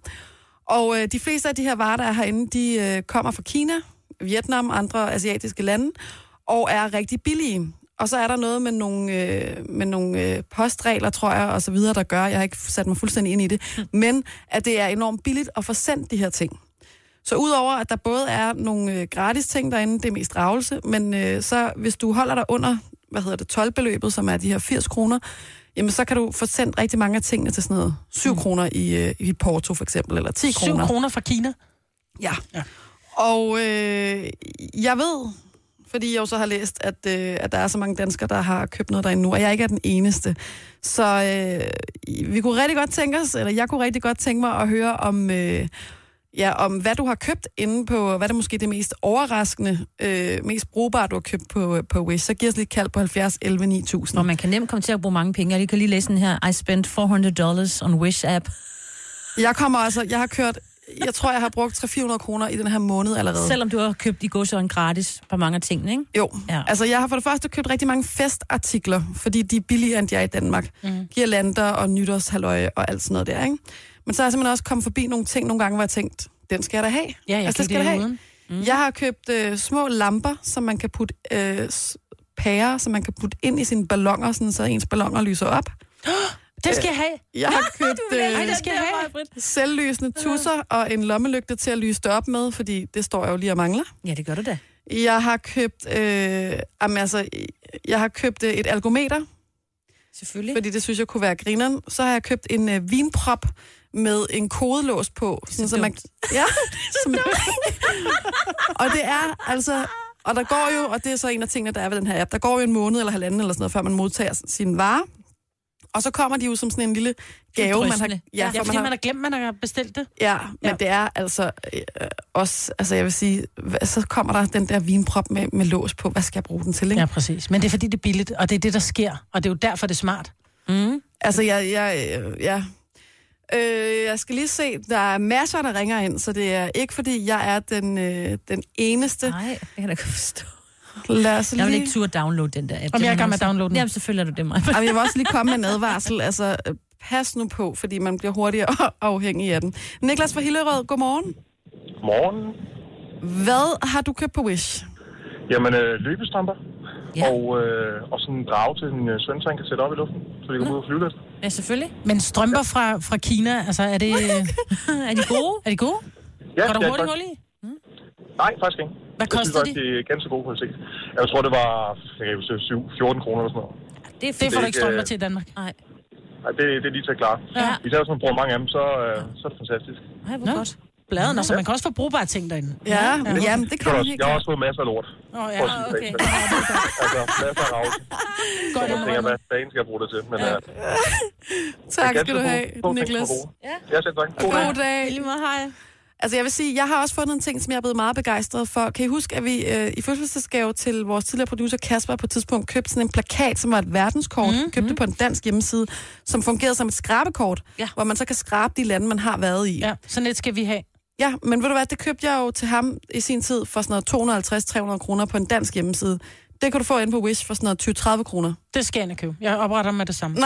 Og øh, de fleste af de her varer, der er herinde, de øh, kommer fra Kina, Vietnam og andre asiatiske lande, og er rigtig billige. Og så er der noget med nogle, øh, med nogle øh, postregler, tror jeg, og så videre, der gør, jeg har ikke sat mig fuldstændig ind i det, mm. men at det er enormt billigt at få sendt de her ting. Så udover, at der både er nogle øh, gratis ting derinde, det er mest ravelse, men øh, så hvis du holder dig under, hvad hedder det, toldbeløbet, som er de her firs kroner, jamen så kan du få sendt rigtig mange af tingene til sådan noget syv mm. kroner i, øh, i Porto for eksempel, eller ti kroner. syv kroner fra Kina? Ja. ja. Og øh, jeg ved, fordi jeg jo så har læst, at, øh, at der er så mange danskere, der har købt noget derinde nu, og jeg ikke er den eneste. Så øh, vi kunne rigtig godt tænke os, eller jeg kunne rigtig godt tænke mig at høre om... Øh, Ja, om hvad du har købt inde på, hvad er måske det mest overraskende, øh, mest brugbare, du har købt på, på Wish. Så giv os lidt kald på halvfjerds elleve ni tusind. Hvor man kan nemt komme til at bruge mange penge. Jeg kan lige læse den her. I spent four hundred dollars on Wish-app. Jeg kommer altså, jeg har kørt, jeg tror, jeg har brugt tre hundrede til fire hundrede kroner i den her måned allerede. Selvom du har købt i gåseøjne gratis på mange af tingene, ikke? Jo, ja. Altså jeg har for det første købt rigtig mange festartikler, fordi de er billigere, end de er i Danmark. Mm. Girlander og nytårshalløje og alt sådan noget der, ikke? Men så har jeg simpelthen også kommet forbi nogle ting nogle gange, hvor jeg tænkt, den skal jeg da have. Ja, jeg altså, det skal det jeg have. Mm. Jeg har købt øh, små lamper, som man kan putte, øh, pærer, som man kan putte ind i sine balloner, sådan, så ens balloner lyser op. Det skal jeg have. Jeg har købt øh, Ej, det skal jeg have. selvlysende tusser og en lommelygte til at lyse det op med, fordi det står jeg jo lige og mangler. Ja, det gør du da. Jeg har købt, øh, jamen, altså, jeg har købt øh, et algometer. Selvfølgelig. Fordi det synes jeg kunne være grineren. Så har jeg købt en øh, vinprop med en kodelås på. Sådan, så man, ja, som, og det er altså... Og der går jo, og det er så en af tingene, der er ved den her app, der går jo en måned eller halvanden eller sådan noget, før man modtager sin vare. Og så kommer de jo som sådan en lille gave, man har... Ja, ja fordi man har... man har glemt, man har bestilt det. Ja, men ja. det er altså øh, også... Altså, jeg vil sige, så kommer der den der vinprop med, med lås på. Hvad skal jeg bruge den til, ikke? Ja, præcis. Men det er fordi, det er billigt, og det er det, der sker. Og det er jo derfor, det er smart. Mm. Altså, jeg... jeg øh, ja. øh, jeg skal lige se, der er masser, der ringer ind, så det er ikke, fordi jeg er den, øh, den eneste... Nej, det kan jeg da forstå. Lad os jeg vil lige... ikke turde downloade den der app. Om jeg er gang med at downloade den. Jamen, så følger du det mig. Jamen, jeg vil også lige komme med en advarsel. Altså, pas nu på, fordi man bliver hurtigere afhængig af den. Niklas fra Hillerød, godmorgen. Godmorgen. Hvad har du købt på Wish? Jamen, øh, løbestamper. Ja. Og, øh, og sådan en drage til en øh, søn, så han kan sætte op i luften, så de kan gå ud og flyve lidt. Ja, selvfølgelig. Men strømper fra, fra Kina, altså er det... er de gode? Er de gode? Ja, var der ja, hurtigt hul i? Mm. Nej, faktisk ikke. Hvad koster de? Det er ganske god kvalitet. Jeg tror, det var fjorten kroner eller sådan noget. Det, er det får du ikke strømper til i Danmark. Nej. Nej, det, det er lige til at klare. Ja. Især hvis man bruger mange af dem, så, øh, så er det fantastisk. Nej, hvor godt. Bladen, og så man kan også få brugbare ting derinde. Ja, ja. Jamen, det kan man ikke. Jeg har også fået masser af lort. Åh, oh, ja, okay. Altså, masser af ravse. Godt, jeg tænker, hvad dagen skal jeg bruge det til. Men, ja. Tak skal du have, Niklas. Ja, ja selv tak. God, God dag. Lige meget, hej. Altså, jeg vil sige, jeg har også fundet en ting, som jeg er blevet meget begejstret for. Kan I huske, at vi øh, i fødselsdagsgave til vores tidligere producer Kasper på et tidspunkt købte sådan en plakat, som var et verdenskort, mm, købte mm. på en dansk hjemmeside, som fungerede som et skrabekort, ja. Hvor man så kan skrabe de lande, man har været i. Ja, sådan et skal vi have. Ja, men ved du hvad, det købte jeg jo til ham i sin tid for sådan noget to hundrede og halvtreds til tre hundrede kroner på en dansk hjemmeside. Det kan du få ind på Wish for sådan noget tyve til tredive kroner. Det skal jeg købe. Jeg opretter med det samme. Nej.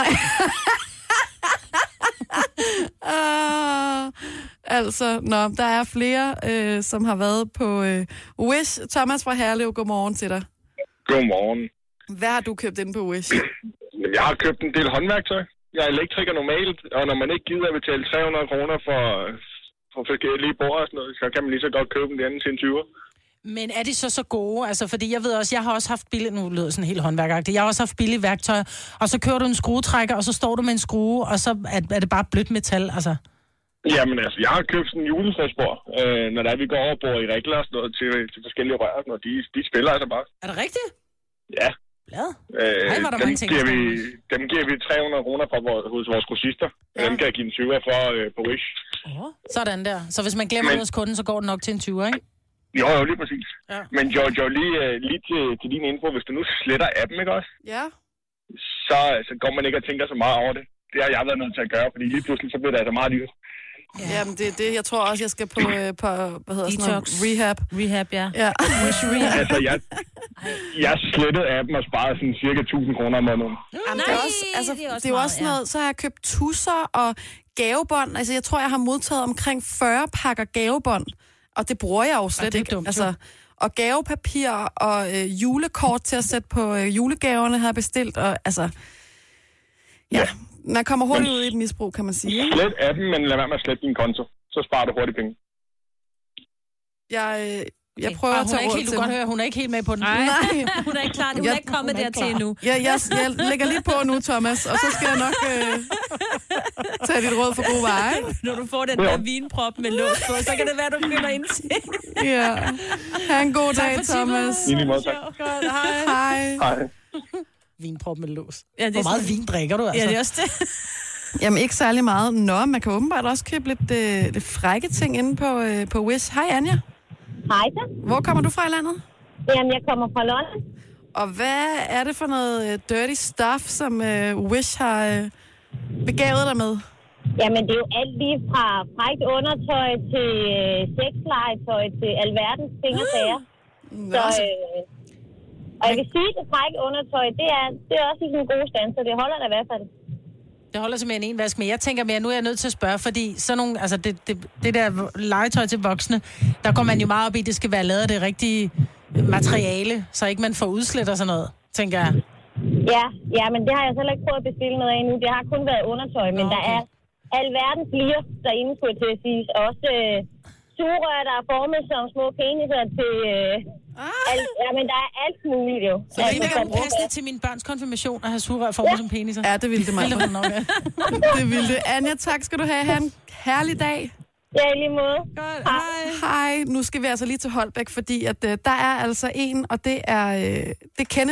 uh, altså, nå, der er flere, øh, som har været på øh, Wish. Thomas fra Herlev, godmorgen til dig. Godmorgen. Hvad har du købt inde på Wish? Jeg har købt en del håndværktøj. Jeg er elektriker normalt, og når man ikke gider at betale tre hundrede kroner for... for forskellige bord og sådan noget, så kan man lige så godt købe den anden til en tyver. Men er de så så gode? Altså, fordi jeg ved også, jeg har også haft billigt, nu lyder sådan helt håndværkagtigt, jeg har også haft billigt værktøj, og så kører du en skruetrækker, og så står du med en skrue, og så er, er det bare blødt metal, altså. Jamen altså, jeg har købt sådan en juletræsbord, øh, når der er, vi går over og bor i regler og sådan noget, til, til forskellige rør, og de, de spiller altså bare. Er det rigtigt? Ja. Hvad? Øh, Ej, var der dem, mange ting, giver vi, dem giver vi tre hundrede kroner fra vores, hos vores grossister, ja. Dem kan jeg give en tyver for øh, på Wish. Oh. Sådan der. Så hvis man glemmer Men... hos kunden, så går den nok til en tyver, ikke? Jo, jo, lige præcis. Ja. Men jo, jo lige, lige til, til din info, hvis du nu sletter appen, ikke også? Ja. Så, så går man ikke og tænker så meget over det. Det har jeg været nødt til at gøre, fordi lige pludselig så bliver det altså meget dyrt. Ja. Jamen, det er det. Jeg tror også, jeg skal på, øh, på hvad hedder sådan noget? Rehab. Rehab, ja. Ja. Rehab. Altså, jeg, jeg slettede appen og sparede sådan cirka tusind kroner om måneden. Jamen, det er også, altså, det er også, det er meget, også sådan noget, ja. Så har jeg købt tusser og gavebånd. Altså, jeg tror, jeg har modtaget omkring fyrre pakker gavebånd. Og det bruger jeg jo slet ikke. Dumt, altså, og gavepapir og øh, julekort til at sætte på øh, julegaverne har jeg bestilt. Og altså, ja, ja. Man kommer hurtigt ud i et misbrug, kan man sige. Ikke? Slet appen, men lad være med at slette din konto. Så sparer du hurtigt penge. Jeg, øh, jeg prøver okay. at tage råd til. Du godt høre, hun er ikke helt med på den. Nej, Nej. hun er ikke klar. Hun er ikke kommet dertil endnu. Ja, jeg, jeg lægger lige på nu, Thomas, og så skal jeg nok øh, tage dit råd for gode veje. Når du får den der vinprop med lås på, så kan det være, du begynder ind til. Ja. Ha' en god dag, Thomas. I lige måde, tak. Hej. Hej. Hej. Vinprop med lås. Ja, det Hvor meget sådan... vin drikker du, altså? Ja, det er også det. Jamen, ikke særlig meget. Nå, man kan åbenbart også købe lidt, øh, lidt frække ting inde på, øh, på Wish. Hej, Anja. Hej da. Hvor kommer du fra i landet? Jamen, jeg kommer fra London. Og hvad er det for noget uh, dirty stuff, som uh, Wish har uh, begavet dig med? Jamen, det er jo alt lige fra frækt undertøj til øh, sexlegetøj til alverdens ting og sager. Så, øh, og jeg vil sige, at det frække undertøj, det er, det er også i sådan en god stand, så det holder da i hvert fald. Det holder simpelthen en vask, men jeg tænker mere, nu er jeg nødt til at spørge, fordi sådan nogle, altså det, det, det der legetøj til voksne, der går man jo meget op i, det skal være lavet af det rigtige materiale, så ikke man får udslæt og sådan noget, tænker jeg. Ja, ja, men det har jeg selv ikke prøvet at bestille noget af endnu. Det har kun været undertøj, men okay. Der er alverdens lir derinde, skulle jeg til at sige. Også øh, sugerør, der er formet som små peniser til... Øh, ah. alt, ja, men der er alt muligt jo. Så det er ikke passende til min børns konfirmation at have sugerør formet ja. som peniser? Ja, det ville det meget. Det ville det. Anja, tak skal du have. Ha' en herlig dag. Ja, i lige måde. Godt, hej. Hej. Nu skal vi altså lige til Holbæk, fordi at, uh, der er altså en, og det er, uh, det er Kenneth,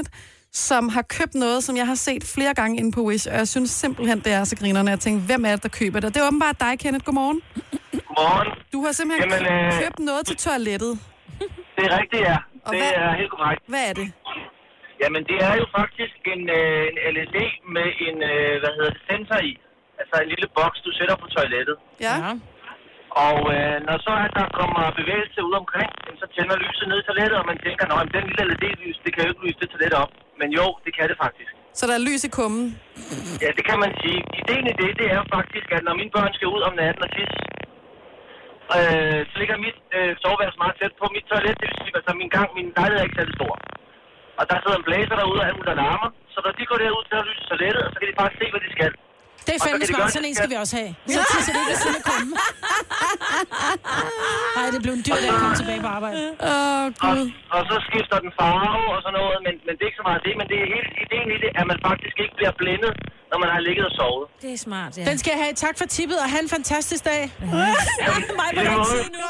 som har købt noget, som jeg har set flere gange inde på Wish, og jeg synes simpelthen, det er så grinerne. Jeg tænkte, hvem er det, der køber det? Det er åbenbart dig, Kenneth. Godmorgen. Godmorgen. Du har simpelthen Jamen, øh... købt noget til toilettet. Det er rigtigt, ja. Og det hvad... er helt korrekt. Hvad er det? Jamen, det er jo faktisk en, øh, en L E D med en, øh, hvad hedder det, sensor i. Altså en lille boks, du sætter på toilettet. Ja. Og øh, når så at der kommer bevægelse ud omkring, så tænder lyset ned i toilettet, og man tænker, nå, den lille L E D-lys, det kan jo ikke lyse det toilet op. Men jo, det kan det faktisk. Så der er lys i kummen? Ja, det kan man sige. Ideen i det, det er jo faktisk, at når mine børn skal ud om natten og tisse, øh, så ligger mit øh, soveværelse meget tæt på mit toilet, det vil sige, altså min gang, min lejlighed er ikke særlig stor. Og der sidder en blæser derude, og alt muligt alarmer. Så når de går derud til at lyse toilettet, så kan de bare se, hvad de skal. Det er fandme smart, sådan en skal vi også have. Så tisser det ikke ved siden af kummen. Nej, det blev en dyr dag at komme tilbage på arbejde. Åh, oh, Gud. Og, og så skifter den farve og sådan noget, men, men det er ikke så meget det. Men det er hele ideen i det, at man faktisk ikke bliver blændet, når man har ligget og sovet. Det er smart, ja. Den skal jeg have. Tak for tippet, og have en fantastisk dag. Mig på den side nu.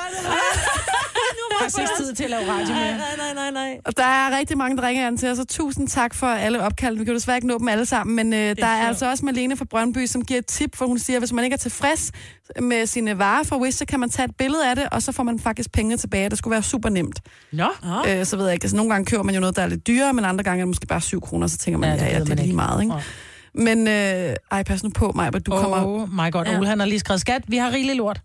Jeg har ikke tid til at lave radio mere. Nej, nej, nej, nej. Og der er rigtig mange, der ringer an til os, og tusind tak for alle opkald. Vi kan jo desværre ikke nå dem alle sammen, men øh, der er, er altså også Malene fra Brøndby, som giver et tip, for hun siger, at hvis man ikke er tilfreds med sine varer fra Wish, så kan man tage et billede af det, og så får man faktisk penge tilbage. Det skulle være super nemt. Nå. Øh, så ved jeg ikke. Altså, nogle gange køber man jo noget, der er lidt dyrere, men andre gange er det måske bare syv kroner, så tænker man, ja, ja, ja det er lige ikke. meget, ikke? Oh. Men, øh, ej, pas nu på, Maja, du oh, kommer... Oh my god, Ole, han har lige skrevet skat. Vi har rigeligt lort.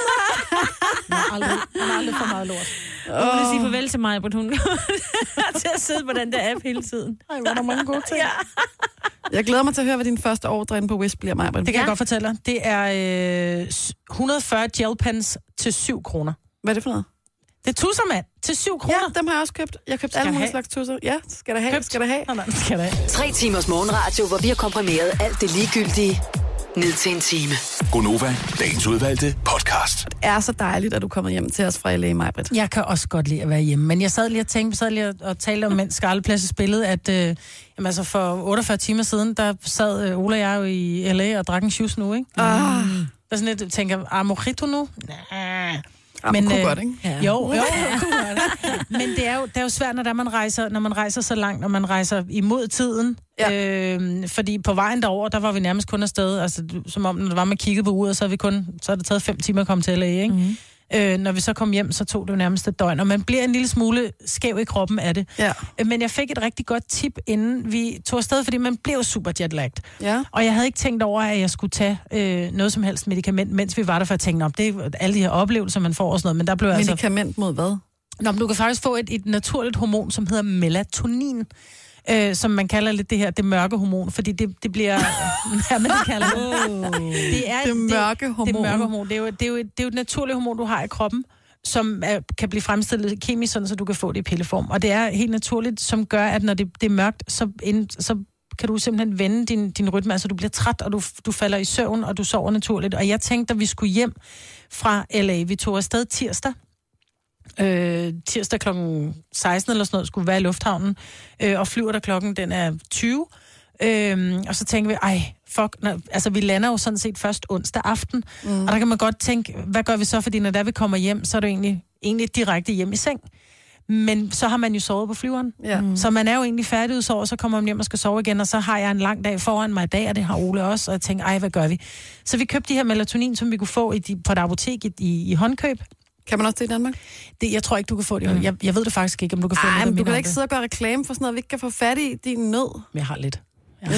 Han har aldrig, han har aldrig for meget lort. Oh. Ole, sige farvel til mig, hvor hun til at sidde på den der app hele tiden. Ej, hvor er der mange gode ting. Ja. Jeg glæder mig til at høre, hvad din første ordre inde på Wish bliver, Maja. Det kan ja. jeg godt fortælle dig. Det er øh, et hundrede og fyrre gelpens til syv kroner. Hvad er det for noget? Det er tusser, mand. Til syv kroner. Ja, dem har jeg også købt. Jeg har købt alle mulige slags tusser. Ja, skal der have. Købt. Skal der have. Nå, nej, skal der have. Tre timers morgenradio, hvor vi har komprimeret alt det ligegyldige ned til en time. Gonova, dagens udvalgte podcast. Det er så dejligt, at du kommer hjem til os fra L A, Majbrit. Jeg kan også godt lide at være hjemme, men jeg sad lige og tænkte, sad lige og talte om, mens Skarleplads spillede, at øh, jamen, altså for otteogfyrre timer siden, der sad øh, Ola og jeg jo i L A og drak en shoes nu, ikke? Ah. Mm. Der er sådan lidt, tænker, ah, mojito nu? Nah. Ja, men, øh, godt, ikke? Ja. Jo, jo, jo men det er jo, det er jo svært, når man rejser, når man rejser så langt, når man rejser imod tiden. Ja. Øh, fordi på vejen derover, der var vi nærmest kun afsted, altså som om, når det var, man kiggede på uret, så, vi kun, så er det taget fem timer at komme til L A, ikke? Mm-hmm. Øh, når vi så kom hjem, så tog det jo nærmest et døgn, og man bliver en lille smule skæv i kroppen af det. Ja. Men jeg fik et rigtig godt tip, inden vi tog afsted, fordi man blev super jetlagt. Ja. Og jeg havde ikke tænkt over, at jeg skulle tage øh, noget som helst medicament, mens vi var der, for at tænke, det er alle de her oplevelser, man får og sådan noget, men der blev altså... Medicament mod hvad? Nå, men du kan faktisk få et, et naturligt hormon, som hedder melatonin. Øh, som man kalder lidt det her, det mørke hormon, fordi det, det bliver... ja, men det kalder det. Oh. Det er det mørke det, hormon. Det mørke hormon. Det er, jo, det, er jo, det er jo et naturligt hormon, du har i kroppen, som er, kan blive fremstillet kemisk, sådan, så du kan få det i pilleform. Og det er helt naturligt, som gør, at når det, det er mørkt, så, ind, så kan du simpelthen vende din, din rytme. Altså, du bliver træt, og du, du falder i søvn, og du sover naturligt. Og jeg tænkte, at vi skulle hjem fra L A. Vi tog afsted tirsdag. Øh, tirsdag klokken seksten eller sådan noget, skulle være i lufthavnen, øh, og flyver der klokken, den er tyve. Øh, og så tænker vi, ej, fuck, når, altså vi lander jo sådan set først onsdag aften, mm. og der kan man godt tænke, hvad gør vi så, fordi når der vi kommer hjem, så er det egentlig, egentlig direkte hjem i seng. Men så har man jo sovet på flyveren. Ja. Mm. Så man er jo egentlig færdigudsovet, så kommer man hjem og skal sove igen, og så har jeg en lang dag foran mig i dag, og det har Ole også, og jeg tænker, ej, hvad gør vi? Så vi købte de her melatonin, som vi kunne få i de, på et apotek i, i, i håndkøb. Kan man også det i Danmark? Det, jeg tror ikke, du kan få det. Jeg, jeg ved det faktisk ikke, om du kan få Ej, det. Men du kan ikke sidde og gøre reklame for sådan noget, vi ikke kan få fat i din nød. Men jeg har lidt. Ja.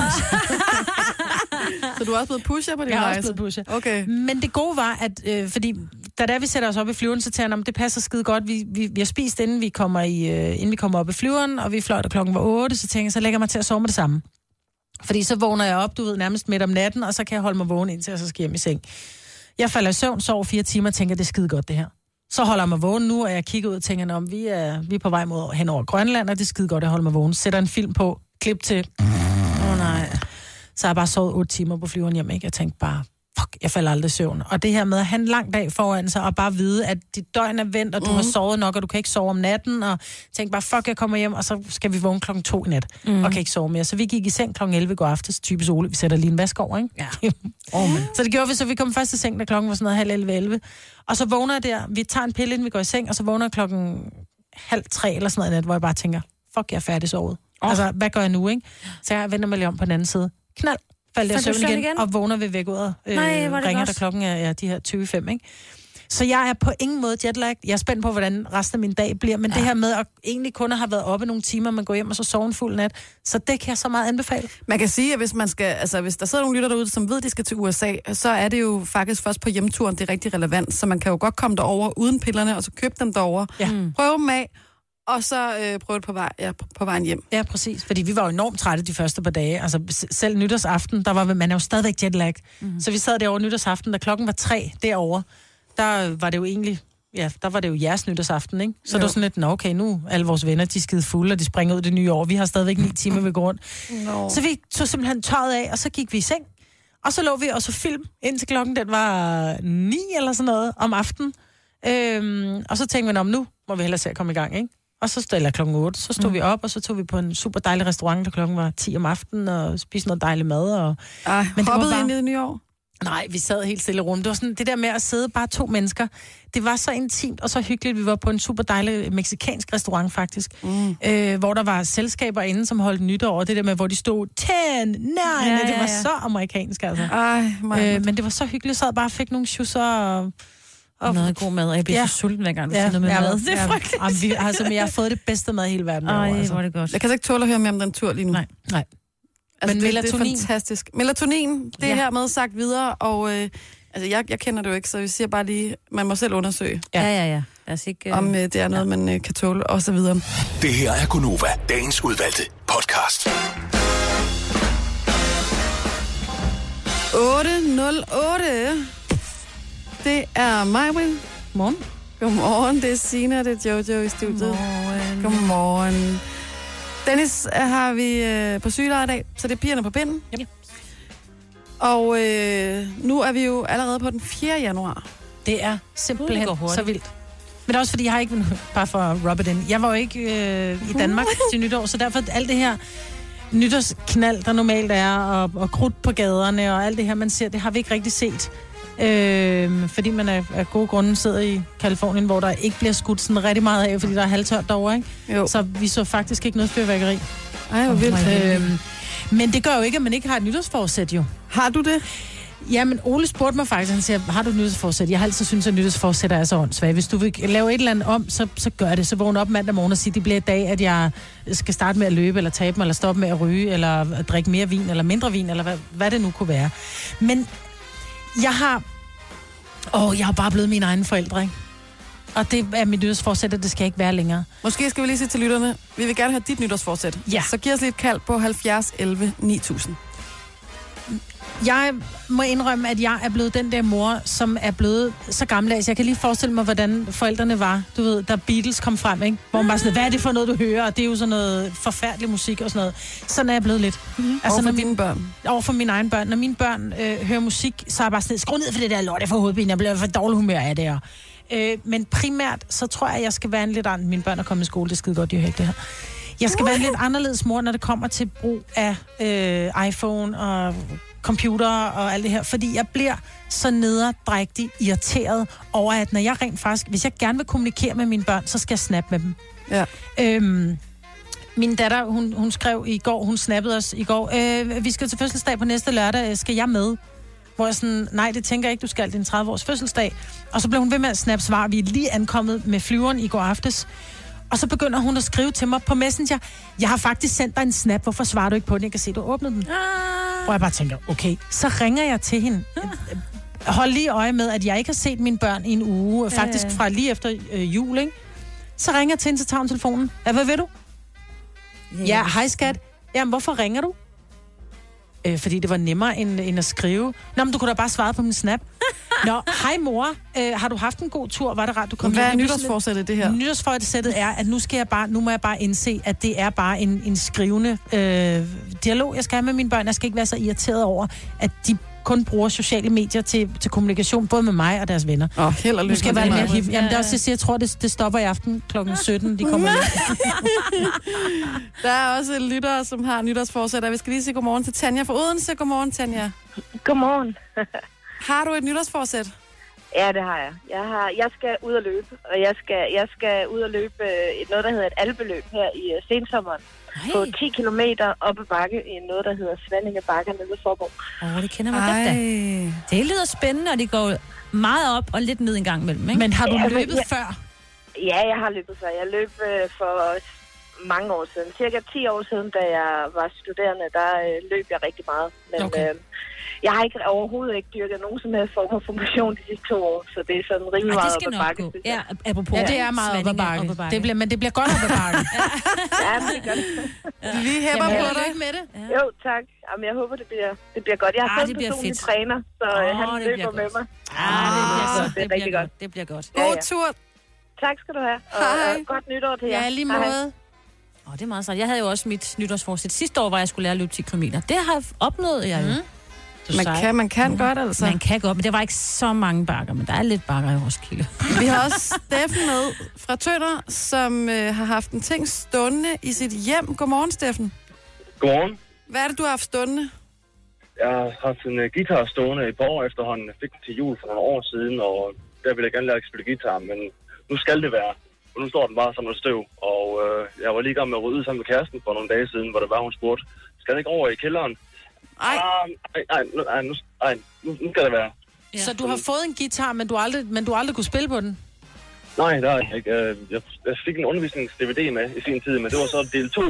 Så du er også blevet pusher på din rejse? Jeg er rejse? også blevet pusher. Okay. Men det gode var, at øh, fordi da der vi sætter os op i flyveren, så tænker jeg, det passer skide godt. Vi, vi, vi har spist, inden vi, kommer i, øh, inden vi kommer op i flyveren, og vi fløj, da klokken var otte, så tænker jeg, så lægger jeg mig til at sove med det samme. Fordi så vågner jeg op, du ved, nærmest midt om natten, og så kan jeg holde mig vågen indtil jeg så skal hjem i seng. Jeg falder i søvn, sover fire timer og tænker, det er skide godt det her. Så holder jeg mig vågen nu, og jeg kigger ud og tænker, om vi er, vi er på vej mod hen over Grønland, og det er skide godt at holde mig vågen. Sætter en film på, klip til. Åh oh, nej. Så har jeg bare sovet otte timer på flyveren hjem, ikke? Jeg tænkte bare, fuck, jeg falder aldrig i søvn. Og det her med at have en lang dag foran sig, og bare vide, at dit døgn er vendt, og du mm. har sovet nok, og du kan ikke sove om natten, og tænkte bare, fuck, jeg kommer hjem, og så skal vi vågne klokken to i nat, mm. og kan ikke sove mere. Så vi gik i seng klokken elleve i går aftes, typisk Ole, vi sætter lige en vask over, ikke? Ja. oh, så det gjorde vi, så vi kom først i seng, da klokken var sådan noget halv elleve, elleve. Og så vågner jeg der, vi tager en pille, inden vi går i seng, og så vågner jeg klokken halv tre eller sådan noget i nat, hvor jeg bare tænker, fuck, jeg er færdig sovet. Oh. Altså, hvad gør jeg nu, ikke? Så jeg vender mig lige om på den anden side. Knald, faldt jeg i søvn igen, igen, og vågner ved vækkeuret. Øh, Nej, ringer, godt. der klokken er ja, de her tyve fem, ikke? Så jeg er på ingen måde jetlag. Jeg er spændt på, hvordan resten af min dag bliver. Men ja. det her med at egentlig kun have været oppe nogle timer, man går hjem og så sover en fuld nat, så det kan jeg så meget anbefale. Man kan sige, at hvis man skal, altså hvis der sidder nogle lytter derude, som ved, de skal til U S A, så er det jo faktisk først på hjemturen, det er rigtig relevant. Så man kan jo godt komme derover uden pillerne, og så købe dem derover. Ja. Prøve dem af, og så øh, prøve det på, vej, ja, på, på vejen hjem. Ja, præcis. Fordi vi var jo enormt trætte de første par dage. Altså selv nytårsaften, der var man er jo stadigvæk jetlag. Mm. Så vi sad derovre nytårsaften, da klokken var tre derovre. Der var det jo egentlig, ja, der var det jo jeres nytårsaften, ikke? Så jo. Det var sådan lidt, nå okay, nu alle vores venner, de er skide fulde, og de springer ud det nye år. Vi har stadigvæk ni timer, vi går rundt. No. Så vi tog simpelthen tøjet af, og så gik vi i seng. Og så lå vi og så film, indtil klokken den var ni eller sådan noget om aftenen. Øhm, og så tænkte vi, om nu må vi hellere se at komme i gang, ikke? Og så stod jeg klokken otte, så stod mm. vi op, og så tog vi på en super dejlig restaurant, der klokken var ti om aftenen, og spiste noget dejlig mad. Og... Ej, men hoppede bare... ind i det nye år? Nej, vi sad helt stille rum. Det var sådan, det der med at sidde bare to mennesker, det var så intimt og så hyggeligt. Vi var på en super dejlig mexikansk restaurant faktisk, mm. øh, hvor der var selskaber inde, som holdt nytår, det der med, hvor de stod ten, nine, ja, ja, ja. Det var så amerikansk altså. Ej, øh, men det var så hyggeligt, så jeg bare fik nogle schusser og... Og noget god mad, og jeg bliver ja. så sulten hver gang, du ja. siger noget med ja, mad. Det er ja. frygteligt. Jamen, vi, altså, men jeg har fået det bedste mad i hele verden. Ej, altså. hvor er det godt. Jeg kan så ikke tåle at høre mere om den tur lige nu. Nej, nej. Altså, men det, melatonin. Det er fantastisk. Melatonin, det er ja. hermed sagt videre, og øh, altså, jeg, jeg kender det jo ikke, så vi siger bare lige, man må selv undersøge. Ja, ja, ja. Lad os ikke, øh... om øh, det er noget, ja. man øh, kan tåle, og så videre. Det her er Gunova, dagens udvalgte podcast. otte nul otte. Det er mig, Will. Morgen. Godmorgen, det er Signe, og det er Jojo i studiet. Godmorgen. Godmorgen. Dennis har vi øh, på sygeleje i dag, så det er pigerne på pinden. Yep. Og øh, nu er vi jo allerede på den fjerde januar. Det er simpelthen uh, så vildt. Men det er også fordi, jeg har ikke, bare for at rubbe den, jeg var jo ikke øh, i Danmark til nytår, så derfor alt det her nytårsknald, der normalt er, og, og krudt på gaderne, og alt det her, man ser, det har vi ikke rigtig set. Øh, fordi man af, af gode grunde sidder i Kalifornien, hvor der ikke bliver skudt sådan rigtig meget af, fordi der er halvtørt derovre, ikke? Jo. Så vi så faktisk ikke noget fyrværkeri. Ej, hvor vildt. Øh, men det gør jo ikke, at man ikke har et nytårsforsæt, jo. Har du det? Jamen, Ole spurgte mig faktisk, han siger, har du et nytårsforsæt? Jeg har altid syntes, at nytårsforsæt er så åndssvagt. Hvis du vil lave et eller andet om, så, så gør det. Så vågn op mandag morgen og sige, det bliver et dag, at jeg skal starte med at løbe, eller tabe mig, eller stoppe med at ryge, eller drikke mere vin, eller mindre vin, eller hvad, hvad det nu kunne være. Men jeg har... Åh, jeg har bare blevet mine egne forældre, ikke? Og det er mit nytårsforsæt, og det skal ikke være længere. Måske skal vi lige sige til lytterne, vi vil gerne have dit nytårsforsæt. Ja. Så giv os lige et kald på halvfjerds elleve ni tusind. Jeg må indrømme, at jeg er blevet den der mor, som er blevet så gammeldags. Jeg kan lige forestille mig, hvordan forældrene var, du ved, da Beatles kom frem, ikke? Hvor man bare sådan, hvad er det for noget, du hører? Og det er jo sådan noget forfærdelig musik og sådan noget. Sådan er jeg blevet lidt. Mm-hmm. Altså, over for dine børn? Over for mine egne børn. Når mine børn øh, hører musik, så er jeg bare sådan, skru ned for det der lort, jeg får hovedpine, jeg bliver for dårlig humør af det her. Øh, men primært, så tror jeg, at jeg skal være en lidt anden. Mine børn er kommet i skole, det er skide godt, de har ikke det her. Jeg skal være en lidt anderledes mor, når det kommer til brug af øh, iPhone og computer og alt det her, fordi jeg bliver så nederdrægtig irriteret over, at når jeg rent faktisk, hvis jeg gerne vil kommunikere med mine børn, så skal jeg snappe med dem. Ja. Øhm, min datter, hun, hun skrev i går, hun snappede os i går, øh, vi skal til fødselsdag på næste lørdag, skal jeg med? Hvor jeg sådan, nej, det tænker jeg ikke, du skal, det er en tredive års fødselsdag. Og så blev hun ved med at snappe svar, vi er lige ankommet med flyveren i går aftes. Og så begynder hun at skrive til mig på Messenger, jeg har faktisk sendt dig en snap, hvorfor svarer du ikke på den? Jeg kan se, du åbnede den. Ah. Hvor jeg bare tænker, okay, så ringer jeg til hende. Ah. Hold lige øje med, at jeg ikke har set mine børn i en uge, faktisk fra lige efter øh, jul, ikke? Så ringer jeg til hende, så tager hun telefonen. Ja, hvad ved du? Yes. Ja, hej skat. Jamen, hvorfor ringer du? Øh, fordi det var nemmere end, end at skrive. Nå, men du kunne da bare svare på min snap. Nå, hej mor, øh, har du haft en god tur? Var det rart, du kom Hvad hjem? er nytårsforsættet det her? Nytårsforsættet er, at nu skal jeg bare, nu må jeg bare indse, at det er bare en, en skrivende øh, dialog, jeg skal have med mine børn. Jeg skal ikke være så irriteret over, at de kun bruger sociale medier til, til kommunikation, både med mig og deres venner. Åh, oh, held og lykke. Nu skal jeg være mere hip. Jamen, det er også, jeg tror, det, det stopper i aften klokken sytten, de kommer hjem. Der er også en lytter, som har nytårsforsæt, og vi skal lige sige godmorgen til Tanja fra Odense. Godmorgen, Tanja. Godmorgen. Har du et nytårsforsæt? Ja, det har jeg. Jeg, har, jeg skal ud og løbe, og jeg skal, jeg skal ud og løbe et, noget, der hedder et albeløb her i uh, sensommeren. på ti kilometer op ad bakke i noget, der hedder Svanninge Bakke nede ved Forborg. Åh, oh, det kender man godt da. Det lyder spændende, og det går meget op og lidt ned en gang imellem, ikke? Men har du Ja, løbet ja. før? Ja, jeg har løbet før. Jeg løb øh, for mange år siden. Cirka ti år siden, da jeg var studerende, der øh, løb jeg rigtig meget. Men okay. øh, jeg har ikke overhovedet ikke dyrket nogen som helst form for motion de sidste to år, så det er sådan rimelig meget op ad bakke. Ja, apropos. Ja, det er meget op ad bakke. Det bliver, men det bliver godt op ad bakke. Ja, men det gør det. Vi hæpper på dig. med det. Ja. Jo, tak. Jamen, jeg håber, det bliver, det bliver godt. Jeg har Ah, fået det en bliver personlig fedt. træner, så øh, Åh, han det løber bliver med godt. mig. Ah, det bliver Så godt. det er Det rigtig bliver godt. godt. Det bliver godt. God Ja, ja. tur. Tak skal du have. Og, Hej. og godt nytår til jer. Ja, lige Hej. måde. Åh, det er meget sejt. Jeg havde jo også mit nytårsforsæt sidste år, hvor jeg skulle lære at løbe ti kilometer. Det har jeg opnået, jeg jo. Man kan, man kan godt, altså. Man kan godt, men det var ikke så mange bakker, men der er lidt bakker i Roskilde. Vi har også Steffen med fra Tønder, som øh, har haft en ting stående i sit hjem. Godmorgen, Steffen. Godmorgen. Hvad er det, du har haft stående? Jeg har haft en uh, guitar stående et par år efterhånden. Jeg fik den til jul for nogle år siden, og der ville jeg gerne lære at spille guitar, men nu skal det være. Og nu står den bare som et støv, og øh, jeg var lige i gang med at rydde ud sammen med kæresten for nogle dage siden, hvor der var, hun spurgte, skal den ikke over i kælderen? Ej. Ah, nej, nej, nu, nej, nu, nej, nu, nu skal det være. Ja. Så du har fået en guitar, men du aldrig, men du aldrig kunne spille på den? Nej, der er jeg ikke. Jeg, jeg, jeg fik en undervisnings-D V D med i sin tid, men det var så del to.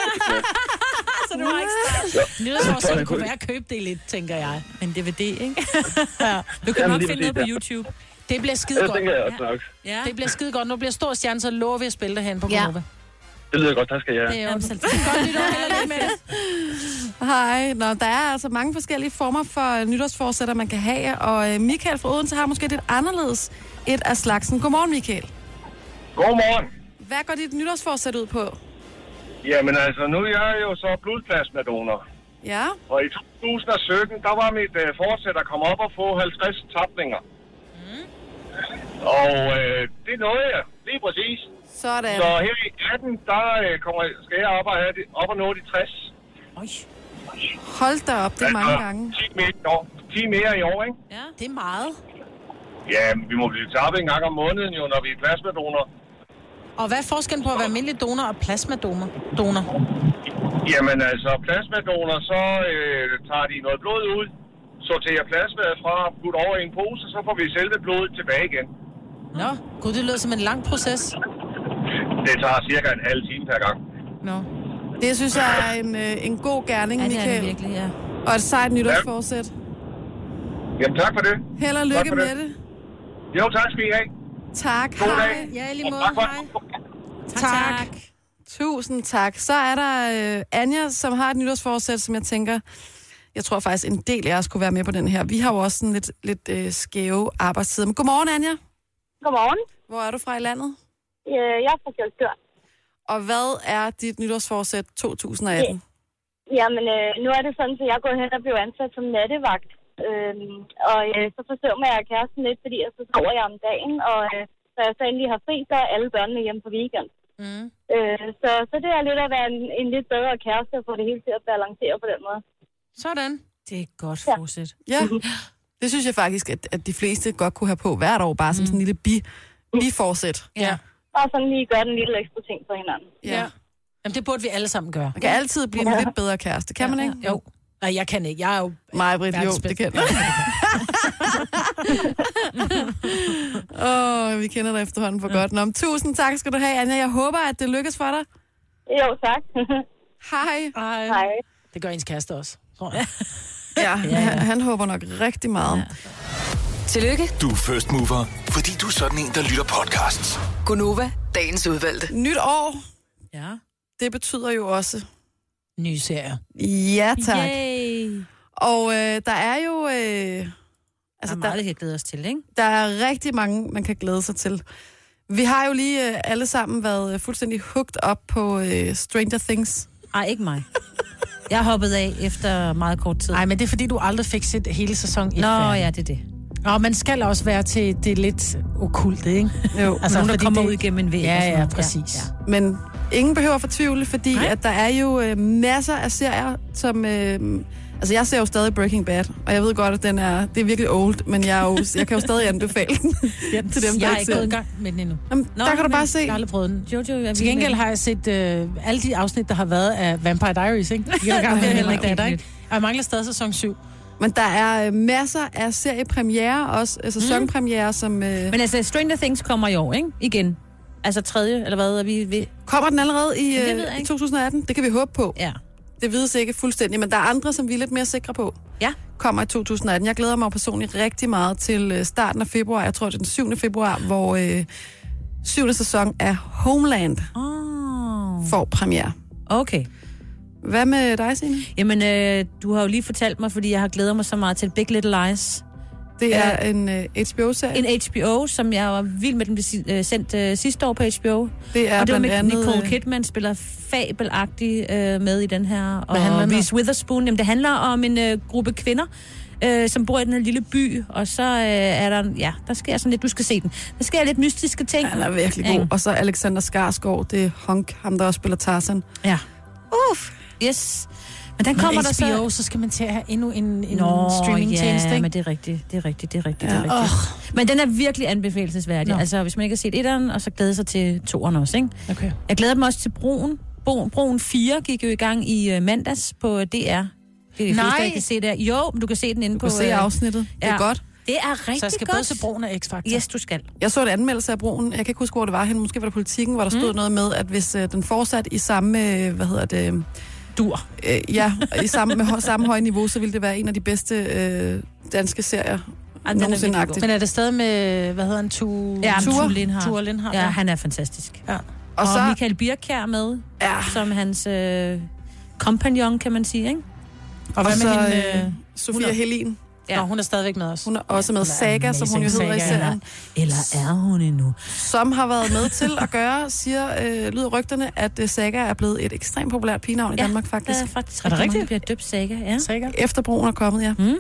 Så du har ikke startet. Nytårsforsæt kunne være at købe del et, tænker jeg. En D V D, ikke? Ja. Du kan Jamen, nok lige finde noget på præcis, ja. YouTube. Det bliver skide Det godt. tænker jeg også nok. Ja. Det bliver skide godt. Nu bliver stor stjerne, så lover vi at spille derhen på Ja. Gonova. Det lyder godt, tak skal jeg Det have. er jo selv. Godt nytår, held og lykke med det. Hej. Nå, der er altså mange forskellige former for nytårsforsætter, man kan have, og øh, Michael fra Odense har måske lidt anderledes et af slagsen. Godmorgen, Michael. Godmorgen. Hvad går dit nytårsforsæt ud på? Jamen altså, nu er jeg jo så blodplasmadonor. Ja. Og i to tusind og sytten, der var mit øh, forsæt at komme op og få halvtreds tapninger. Mm. Og øh, det nåede jeg, lige præcis. Sådan. Så her i atten, der øh, kommer, skal jeg op og, have det, op og nå de tres. Oj. Hold da op, det er mange gange. ti mere i år, ti mere i år, ikke? Ja, det er meget. Ja, vi må blive tappet en gang om måneden jo, når vi er plasmadonor. Og hvad er forskellen på at være almindelig donor og plasmadonor? Donor? Jamen altså, plasmadonor, så øh, tager de noget blod ud, sorterer plasmaet fra, putter over i en pose, så får vi selve blodet tilbage igen. Nå, gud, det lyder som en lang proces. Det tager cirka en halv time per gang. Nå. Det synes jeg er en, øh, en god gerning, Ja, det er Michael. det virkelig, ja. Og et sejt nytårsforsæt. Jamen tak for det. Held og Tak lykke for med det. Jo, tak skal I have. Tak. God Hej. dag. Ja, i lige Og måde. tak for- Hej. Tak. tak. Tusind tak. Så er der øh, Anja, som har et nytårsforsæt, som jeg tænker, jeg tror faktisk en del af os kunne være med på den her. Vi har jo også sådan lidt, lidt øh, skæve arbejdstider. Men godmorgen, Anja. Godmorgen. Hvor er du fra i landet? Øh, Jeg er fra Kjælsdør. Og hvad er dit nytårsforsæt to tusind og atten? Jamen, øh, nu er det sådan, at jeg er gået hen og blev ansat som nattevagt. Øhm, og øh, så forsøger jeg kæresten lidt, fordi jeg så sover jeg om dagen, og øh, så jeg så endelig har fri, så er alle børnene hjemme på weekend. Mm. Øh, så, så det er lidt at være en, en lidt bedre kæreste og få det hele til at balancere på den måde. Sådan. Det er et godt Ja. forsæt. Ja, det synes jeg faktisk, at, at de fleste godt kunne have på hvert år, bare som sådan en lille bi, bi-forsæt. Ja. Og sådan lige gøre den lille ekstra ting for hinanden. Ja. Jamen, det burde vi alle sammen gøre. Man kan altid blive en lidt bedre kæreste, kan man ikke? Jo. Nej, jeg kan ikke. Jeg er jo... Mig, Britt, jo, verdens det bedste. kan Åh, oh, vi kender dig efterhånden for godt. Nå, men tusind tak skal du have, Anja. Jeg håber, at det lykkes for dig. Jo, tak. Hej. Ej. Hej. Det gør ens kæreste også, tror jeg. Ja, han, han håber nok rigtig meget. Ja. Tillykke, Du er first mover, fordi du er sådan en, der lytter podcasts. Gunova, dagens udvalgte. Nyt år, Ja. det betyder jo også... Nye serier. Ja, tak. Yay. Og øh, der er jo... Øh, Altså, altså, der er meget, der, vi kan glæde os til, ikke? der er rigtig mange, man kan glæde sig til. Vi har jo lige øh, alle sammen været øh, fuldstændig hooked op på øh, Stranger Things. Ej, ikke mig. Jeg hoppede af efter meget kort tid. Nej, men det er fordi, du aldrig fik set hele sæson et. Nå, færdig. ja, det er det. Og man skal også være til det lidt okkulte, ikke? Jo, Altså, nogen, der fordi kommer det- ud gennem en væg. Ja, og sådan ja, noget. præcis. Ja, Men ingen behøver at fortvivle, fordi at der er jo øh, masser af serier, som... Øh, altså, jeg ser jo stadig Breaking Bad, og jeg ved godt, at den er, det er virkelig old, men jeg, er jo, jeg kan jo stadig anbefale den til dem, jeg der er ikke gået i gang med den endnu. Jamen, Nå, der kan du bare se. Jeg har aldrig prøvet den. Jojo er Til gengæld har jeg set øh, alle de afsnit, der har været af Vampire Diaries, ikke? Jeg kan ikke heller ikke det, ikke? Og jeg mangler stadig sæson syv. Men der er masser af seriepremierer, også altså sæsonpremierer, som... Øh... Men altså, Stranger Things kommer i år, ikke? Igen. Altså tredje, eller hvad er vi ved? Kommer den allerede i, øh, i to tusind atten? Det kan vi håbe på. Ja. Det vides ikke fuldstændig, men der er andre, som vi er lidt mere sikre på. Ja. Kommer i to tusind atten. Jeg glæder mig personligt rigtig meget til starten af februar. Jeg tror, det er den syvende februar, hvor øh, syvende sæson af Homeland oh. får premiere. Okay. Hvad med dig, Signe? Jamen, øh, du har jo lige fortalt mig, fordi jeg har glædet mig så meget til Big Little Lies. Det er uh, en uh, H B O-serie. En H B O, som jeg var vild med, den blev uh, sendt uh, sidste år på H B O. Det er og det var med andet, Nicole Kidman, spiller fabelagtig uh, med i den her. Hvad handler og det Reese Witherspoon. Jamen, det handler om en uh, gruppe kvinder, uh, som bor i den her lille by. Og så uh, er der, ja, der sker sådan lidt, du skal se den. Der sker lidt mystiske ting. Han er virkelig god. Ja. Og så Alexander Skarsgård, det er Hunk, ham der også spiller Tarzan. Ja. Uff. Yes. Men den kommer men der H B O, så... så skal man til at have endnu en, en Nå, streamingtjeneste, ja, ikke? men det er rigtigt, det er rigtigt, det er rigtigt, ja. det er rigtigt. Oh. Men den er virkelig anbefalesværdig. Nå. Altså, hvis man ikke har set etteren, og så glæder sig til toeren også, ikke? Okay. Jeg glæder mig også til Broen. Broen, Broen fire gik jo i gang i uh, mandags på D R. Det er de Nej. fleste, der kan se der. Jo, men du kan se den inde du på... Du kan se afsnittet. Det er ja. godt. Det er rigtig godt. Så jeg skal godt. både se Broen og X-Factor. Yes, du skal. Jeg så et anmeldelse af Broen. Jeg kan ikke huske, hvor det var henne. Måske var det Politikken, hvor der stod mm. noget med, at hvis uh, den fortsat i samme... Uh, hvad hedder det... Dur. Øh, ja, i samme, med samme høje niveau, så ville det være en af de bedste øh, danske serier nogensinde. Men er det stadig med, hvad hedder han, tu... Ja, Ture? Ture Lindhardt. Ture Lindhardt, ja. ja. Han er fantastisk. Ja. Og, og så så Michael Birkjær med, ja. som hans øh, kompagnon, kan man sige, ikke? Og hvad og med så, hende? Øh, Sofia Helin. Ja. Nå, hun er stadigvæk med os. Hun er også med Saga, som hun jo hedder i serien. Eller er hun endnu? Som har været med til at gøre, siger, øh, lyder rygterne, at øh, Saga er blevet et ekstremt populært pigenavn i ja, Danmark, faktisk. Ja, faktisk. Er det rigtigt? Det bliver døbt Saga, ja. Saga. Efter Broen er kommet, ja. Mm.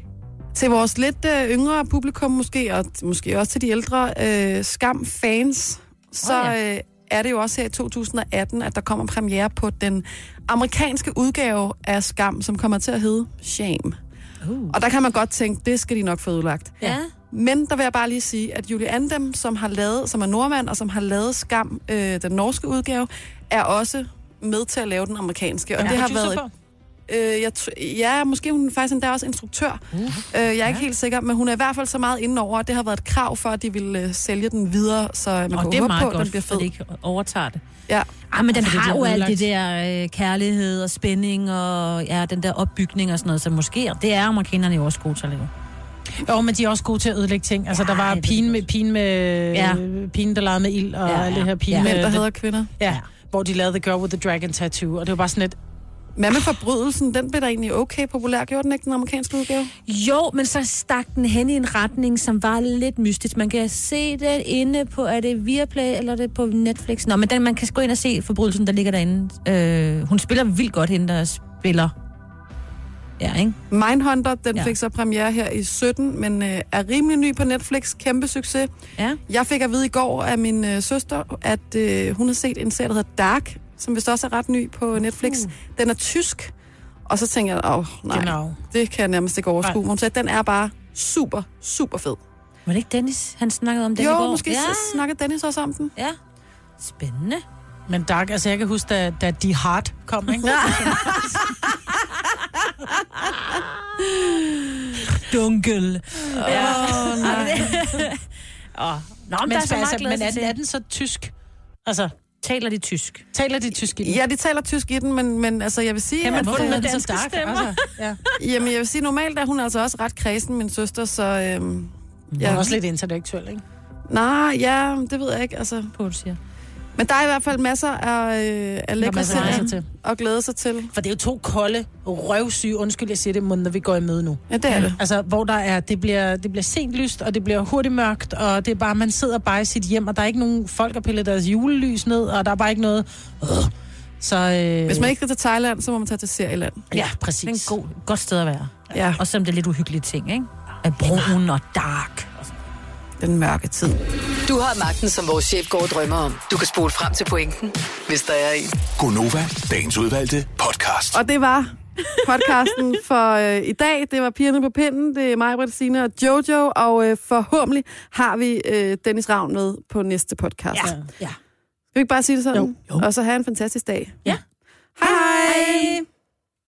Til vores lidt øh, yngre publikum måske, og måske også til de ældre øh, Skam-fans, så oh, ja. øh, er det jo også her i to tusind atten, at der kommer premiere på den amerikanske udgave af Skam, som kommer til at hedde Shame. Uh. Og der kan man godt tænke, det skal de nok få udlagt. Ja. Men der vil jeg bare lige sige, at Julie Andem, som har lavet, som er nordmand, og som har lavet Skam, øh, den norske udgave, er også med til at lave den amerikanske. Og ja, det har været... Øh, jeg t- ja, måske hun faktisk endda også instruktør. Uh. Øh, jeg er ikke ja. helt sikker, men hun er i hvert fald så meget inde over, at det har været et krav for, at de ville øh, sælge den videre, så man og kan det er håbe meget på, at godt, den bliver fed. Det ikke overtager det. Ja. Ah, men den ja, har det jo alt udlagt. det der øh, kærlighed og spænding og ja, den der opbygning og sådan noget, så måske, det er amerikanerne jo også gode til at lave. Jo, men de er også gode til at ødelægge ting. Altså, ja, der var pigen med, pigen med, ja. pigen, der legede med ild, og ja, ja. det her pigen ja. med... Mænd, der det, hedder kvinder. Ja, ja, hvor de lavede The Girl with the Dragon Tattoo, og det var bare sådan et... Hvad med forbrydelsen? Den blev da egentlig okay populær. Gjorde den ikke, den amerikanske udgave? Jo, men så stak den hen i en retning, som var lidt mystisk. Man kan se den inde på, er det Viaplay, eller er det på Netflix? Nå, men den, man kan gå ind og se forbrydelsen, der ligger derinde. Øh, hun spiller vildt godt, hende der spiller. Ja, ikke? Mindhunter, den ja. fik så premiere her i sytten, men øh, er rimelig ny på Netflix. Kæmpe succes. Ja. Jeg fik at vide i går af min øh, søster, at øh, hun har set en serie, der hedder Dark, som vist også er ret ny på Netflix. Uh. Den er tysk. Og så tænker jeg, åh, oh, nej, genau. det kan jeg nærmest ikke overskue. Hun sagde, den er bare super, super fed. Var det ikke Dennis, han snakkede om den jo, i går? Jo, måske ja. snakkede Dennis også om den. Ja, spændende. Men Dark, altså jeg kan huske, da, da Die Hard kom, ikke? Dunkel. Ja. Åh, nej. oh. Nå, men, men, der er, så altså, men er, til. er den så tysk? Altså, taler de tysk? Taler de tysk i den? Ja, de taler tysk i den, men, men altså, jeg vil sige... Kan man få den med danske så stemmer? Altså, ja. Jamen, jeg vil sige, normalt er hun altså også ret kredsen, min søster, så... Øhm, ja. Hun er også lidt intellektuel, ikke? Nej, ja, det ved jeg ikke, altså... På, du siger. Men der er i hvert fald masser af, øh, af lækre serier at glæde sig til. For det er jo to kolde, røvsyge, undskyld, jeg siger det, måneder vi går i møde nu. Ja, det er det. Altså, hvor der er, det bliver, det bliver sent lyst, og det bliver hurtigt mørkt, og det er bare, man sidder bare i sit hjem, og der er ikke nogen folk at pille deres julelys ned, og der er bare ikke noget... Øh. Så, øh... Hvis man ikke skal til Thailand, så må man tage til Serieland. Ja, præcis. Det er en god, godt sted at være. Ja. Og selvom det er lidt uhyggelige ting, ikke? Af brun og dark. Den mørke tid. Du har magten, som vores chef går og drømmer om. Du kan spole frem til pointen, hvis der er en. Gonova, dagens udvalgte podcast. Og det var podcasten for øh, i dag. Det var Pigerne på Pinden, det er mig, Britt, Signe og Jojo, og øh, forhåbentlig har vi øh, Dennis Ravn med på næste podcast. Ja. ja. Skal vi ikke bare sige det sådan? Jo. Jo. Og så have en fantastisk dag. Ja. Hej! Hej.